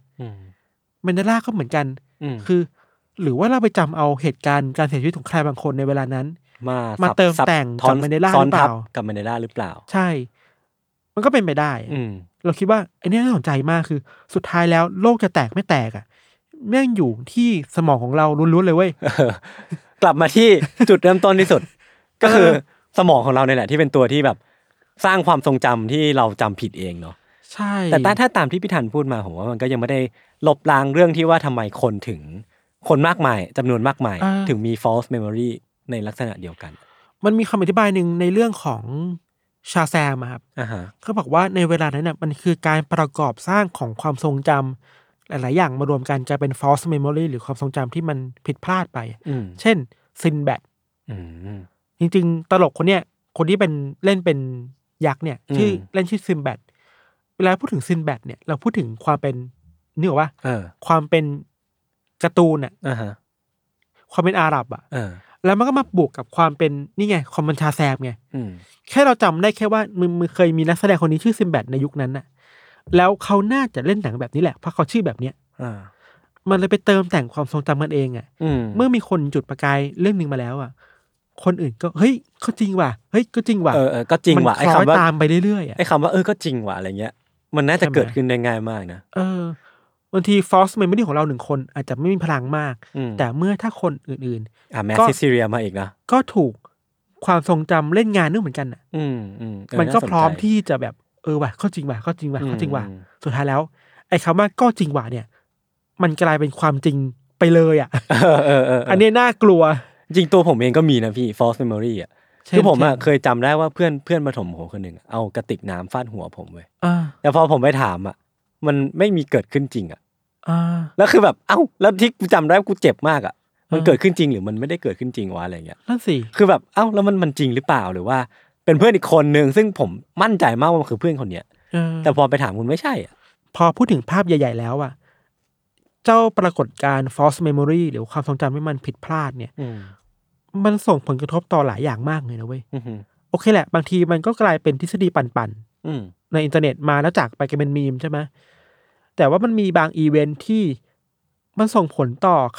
Mandelaก็เหมือนกันคือหรือว่าเราไปจำเอาเหตุการณ์การเสียชีวิตของใครบางคนในเวลานั้นมาเติมแต่งกับMandelaหรือเปล่ากับMandelaหรือเปล่าใช่มันก็เป็นไปได้เราคิดว่าไอ้นี่น่าสนใจมากคือสุดท้ายแล้วโลกจะแตกไม่แตกอ่ะแม่งอยู่ที่สมองของเราล้วนๆเลยเว้ยกลับมาที่จุดเริ่มต้นที่สุดก็คือสมองของเราเนี่ยแหละที่เป็นตัวที่แบบสร้างความทรงจำที่เราจำผิดเองเนาะใช่แต่ถ้าตามที่พี่ธันพูดมาผมว่ามันก็ยังไม่ได้ลบล้างเรื่องที่ว่าทำไมคนมากมายจำนวนมากมายถึงมี false memory ในลักษณะเดียวกันมันมีคำอธิบายหนึ่งในเรื่องของชาแซมครับเขาบอกว่าในเวลานั้นน่ะมันคือการประกอบสร้างของความทรงจำหลายๆอย่างมารวมกันจะเป็น false memory หรือความทรงจำที่มันผิดพลาดไปเช่นซินแบดจริงๆตลกคนที่เป็นเล่นเป็นยักษ์เนี่ยชื่อซินแบดเวลาพูดถึงซินแบดเนี่ยเราพูดถึงความเป็นนึกออกป่ะความเป็นการ์ตูนอ่ะความเป็นอาหรับอ่ะแล้วมันก็มาบวกกับความเป็นนี่ไงความเป็นชาแซมไงแค่เราจำได้แค่ว่ามึงเคยมีนักแสดงคนนี้ชื่อซินแบดในยุคนั้นน่ะแล้วเขาน่าจะเล่นหนังแบบนี้แหละเพราะเขาชื่อแบบเนี้ยมันเลยไปเติมแต่งความทรงจำกันเองอ่ะเมื่อมีคนจุดประกายเรื่องนึงมาแล้วอ่ะคนอื่นก็เฮ้ยก็จริงว่ะเฮ้ยก็จริงว่ะก็จริงว่ะไอ้คำว่าตามไปเรื่อยๆไอ้คำว่าก็จริงว่ะอะไรเงี้ยมันน่าจะเกิดขึ้นได้ง่ายมากนะบางที false memory ของเรา1คนอาจจะไม่มีพลังมากแต่เมื่อถ้าคนอื่นๆแมสซิสเรียมาอีกนะก็ถูกความทรงจำเล่นงานนึกเหมือนกันอ่ะมันก็พร้อมที่จะแบบว่ะก็จริงว่ะก็จริงว่ะก็จริงว่ะสุดท้ายแล้วไอ้คำว่าก็จริงว่ะเนี่ยมันกลายเป็นความจริงไปเลยอ่ะอันนี้น่ากลัวจริงตัวผมเองก็มีนะพี่ false memory อ่ะคือผมเคยจำได้ว่าเพื่อนประถมผมคนหนึ่งเอากระติกน้ำฟาดหัวผมเว้ยแต่พอผมไปถามอ่ะมันไม่มีเกิดขึ้นจริงอ่ะแล้วคือแบบแล้วที่กูจำได้กูเจ็บมากอ่ะมันเกิดขึ้นจริงหรือมันไม่ได้เกิดขึ้นจริงวะอะไรเงี้ยนั่นสิคือแบบแล้วมันจริงหรือเปล่าหรือว่าเป็นเพื่อนอีกคนนึงซึ่งผมมั่นใจมากว่ามันคือเพื่อนคนเนี้ยแต่พอไปถามคุณไม่ใช่อ่ะพอพูดถึงภาพใหญ่ๆแล้วอ่ะเจ้าปรากฏการณ์ false memory หรือความทรงจำที่มันผิดพลาดเนี่ยมันส่งผลกระทบต่อหลายอย่างมากเลยนะเว้ยโอเคแหละบางทีมันก็กลายเป็นทฤษฎีปั่นๆในอินเทอร์เน็ตมาแล้วจากไปกลายเป็นมีมใช่ไหมแต่ว่ามันมีบางอีเวนท์ที่มันส่งผลต่อค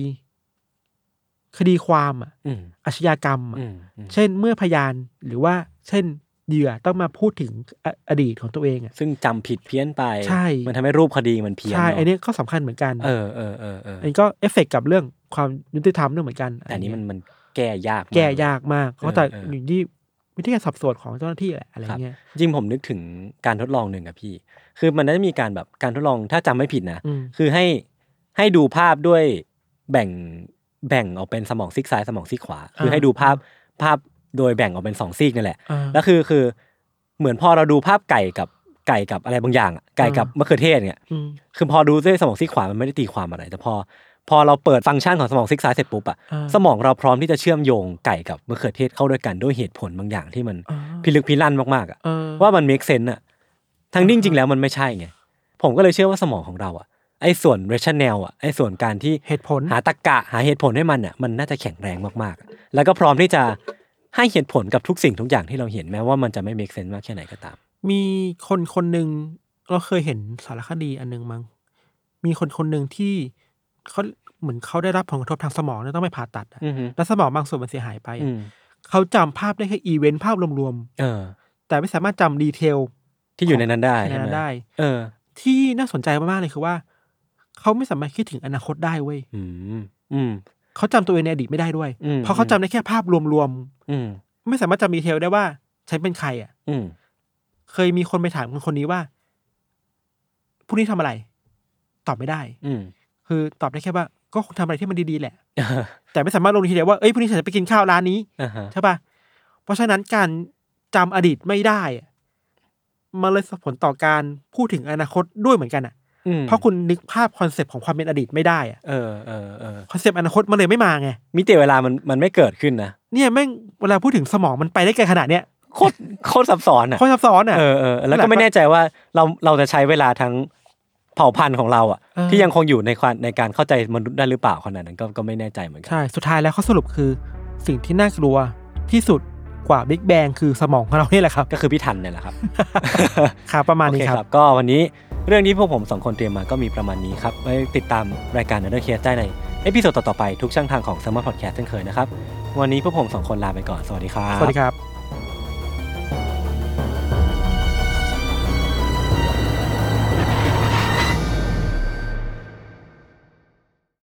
ดีความอาชญากรรมเช่นเมื่อพยานหรือว่าเช่นเหยื่อต้องมาพูดถึงอดีตของตัวเองซึ่งจำผิดเพี้ยนไปใช่มันทำให้รูปคดีมันเพี้ยนใช่อันนี้ก็สำคัญเหมือนกันอันนี้ก็เอฟเฟกต์กับเรื่องความยุติธรรมด้วยเหมือนกันแต่นี้มันแก้ยากมากเพราะแต่อยู่ที่วิธีการสอบสวนของเจ้าหน้าที่แหละอะไรเงี้ยจริงผมนึกถึงการทดลองหนึ่งอะพี่คือมันได้มีการแบบการทดลองถ้าจำไม่ผิดนะคือให้ดูภาพด้วยแบ่งออกเป็นสมองซีกซ้ายสมองซีกขวาคือให้ดูภาพโดยแบ่งออกเป็น2ซีกนั่นแหละแล้วคือเหมือนพอเราดูภาพไก่กับอะไรบางอย่างไก่กับมะเขือเทศเนี่ยคือพอดูด้วยสมองซีกขวามันไม่ได้ตีความอะไรแต่พอเราเปิดฟังก์ชันของสมองซีกซ้ายเสร็จปุ๊บอะสมองเราพร้อมที่จะเชื่อมโยงไก่กับมะเขือเทศเข้าด้วยกันด้วยเหตุผลบางอย่างที่มันพิลึกพิลั่นมากๆอะว่ามัน make sense อะทั้งจริงๆแล้วมันไม่ใช่ไงผมก็เลยเชื่อว่าสมองของเราอะไอ้ส่วน rationale อะไอ้ส่วนการที่เหตุผลหาตรรกะหาเหตุผลให้มันอะมันน่าจะแข็งแรงมากๆแล้วก็พร้อมที่จะให้เหตุผลกับทุกสิ่งทุกอย่างที่เราเห็นแม้ว่ามันจะไม่ make sense มากแค่ไหนก็ตามมีคนนึงเราเคยเห็นสารคดีอันนึงมั้งมีคนนึงที่เขาเหมือนเขาได้รับผลกระทบทางสมองแล้วต้องไปผ่าตัดแล้วสมองบางส่วนมันเสียหายไปเขาจำภาพได้แค่อีเวนต์ภาพรวมๆแต่ไม่สามารถจำดีเทลที่อยู่ในนั้นได้ใช่ไหมที่น่าสนใจมากๆเลยคือว่าเขาไม่สามารถคิดถึงอนาคตได้เว้ยเขาจำตัวเองในอดีตไม่ได้ด้วยเพราะเขาจำได้แค่ภาพรวมๆไม่สามารถจำดีเทลได้ว่าฉันเป็นใครอ่ะเคยมีคนไปถามคนนี้ว่าพรุ่งนี้ทำอะไรตอบไม่ได้คือตอบได้แค่ว่าก็คงทำอะไรที่มันดีๆแหละแต่ไม่สามารถลงดีเทลว่าเอ้ยพรุ่งนี้ฉันจะไปกินข้าวร้านนี้ใช่ป่ะเพราะฉะนั้นการจำอดีตไม่ได้มันเลยส่งผลต่อการพูดถึงอนาคตด้วยเหมือนกันอ่ะเพราะคุณนึกภาพคอนเซปต์ของความเป็นอดีตไม่ได้อ่ะคอนเซปต์อนาคตมันเลยไม่มาไงมิติเวลามันไม่เกิดขึ้นนะเนี่ยแม่งเวลาพูดถึงสมองมันไปได้ไกลขนาดเนี้ยโคตรซับซ้อนอ่ะแล้วก็ไม่แน่ใจว่าเราจะใช้เวลาทั้งเผ่าพันธุ์ของเราอ่ะที่ยังคงอยู่ในการเข้าใจมนุษย์ได้หรือเปล่าขนาดนั้นก็ไม่แน่ใจเหมือนกันใช่สุดท้ายแล้วข้อสรุปคือสิ่งที่น่ากลัวที่สุดกว่าบิ๊กแบงคือสมองของเรานี่แหละครับก็คือพี่ทันเนี่ยแหละครับครับประมาณนี้ครับก็วันนี้เรื่องที่พวกผม2คนเตรียมมาก็มีประมาณนี้ครับไว้ติดตามรายการ Under Case ได้ในเอพิโซดต่อๆไปทุกช่องทางของ Salmon Podcast เช่นเคยนะครับวันนี้พวกผม2คนลาไปก่อนสวัสดีครับสวัสดีครับ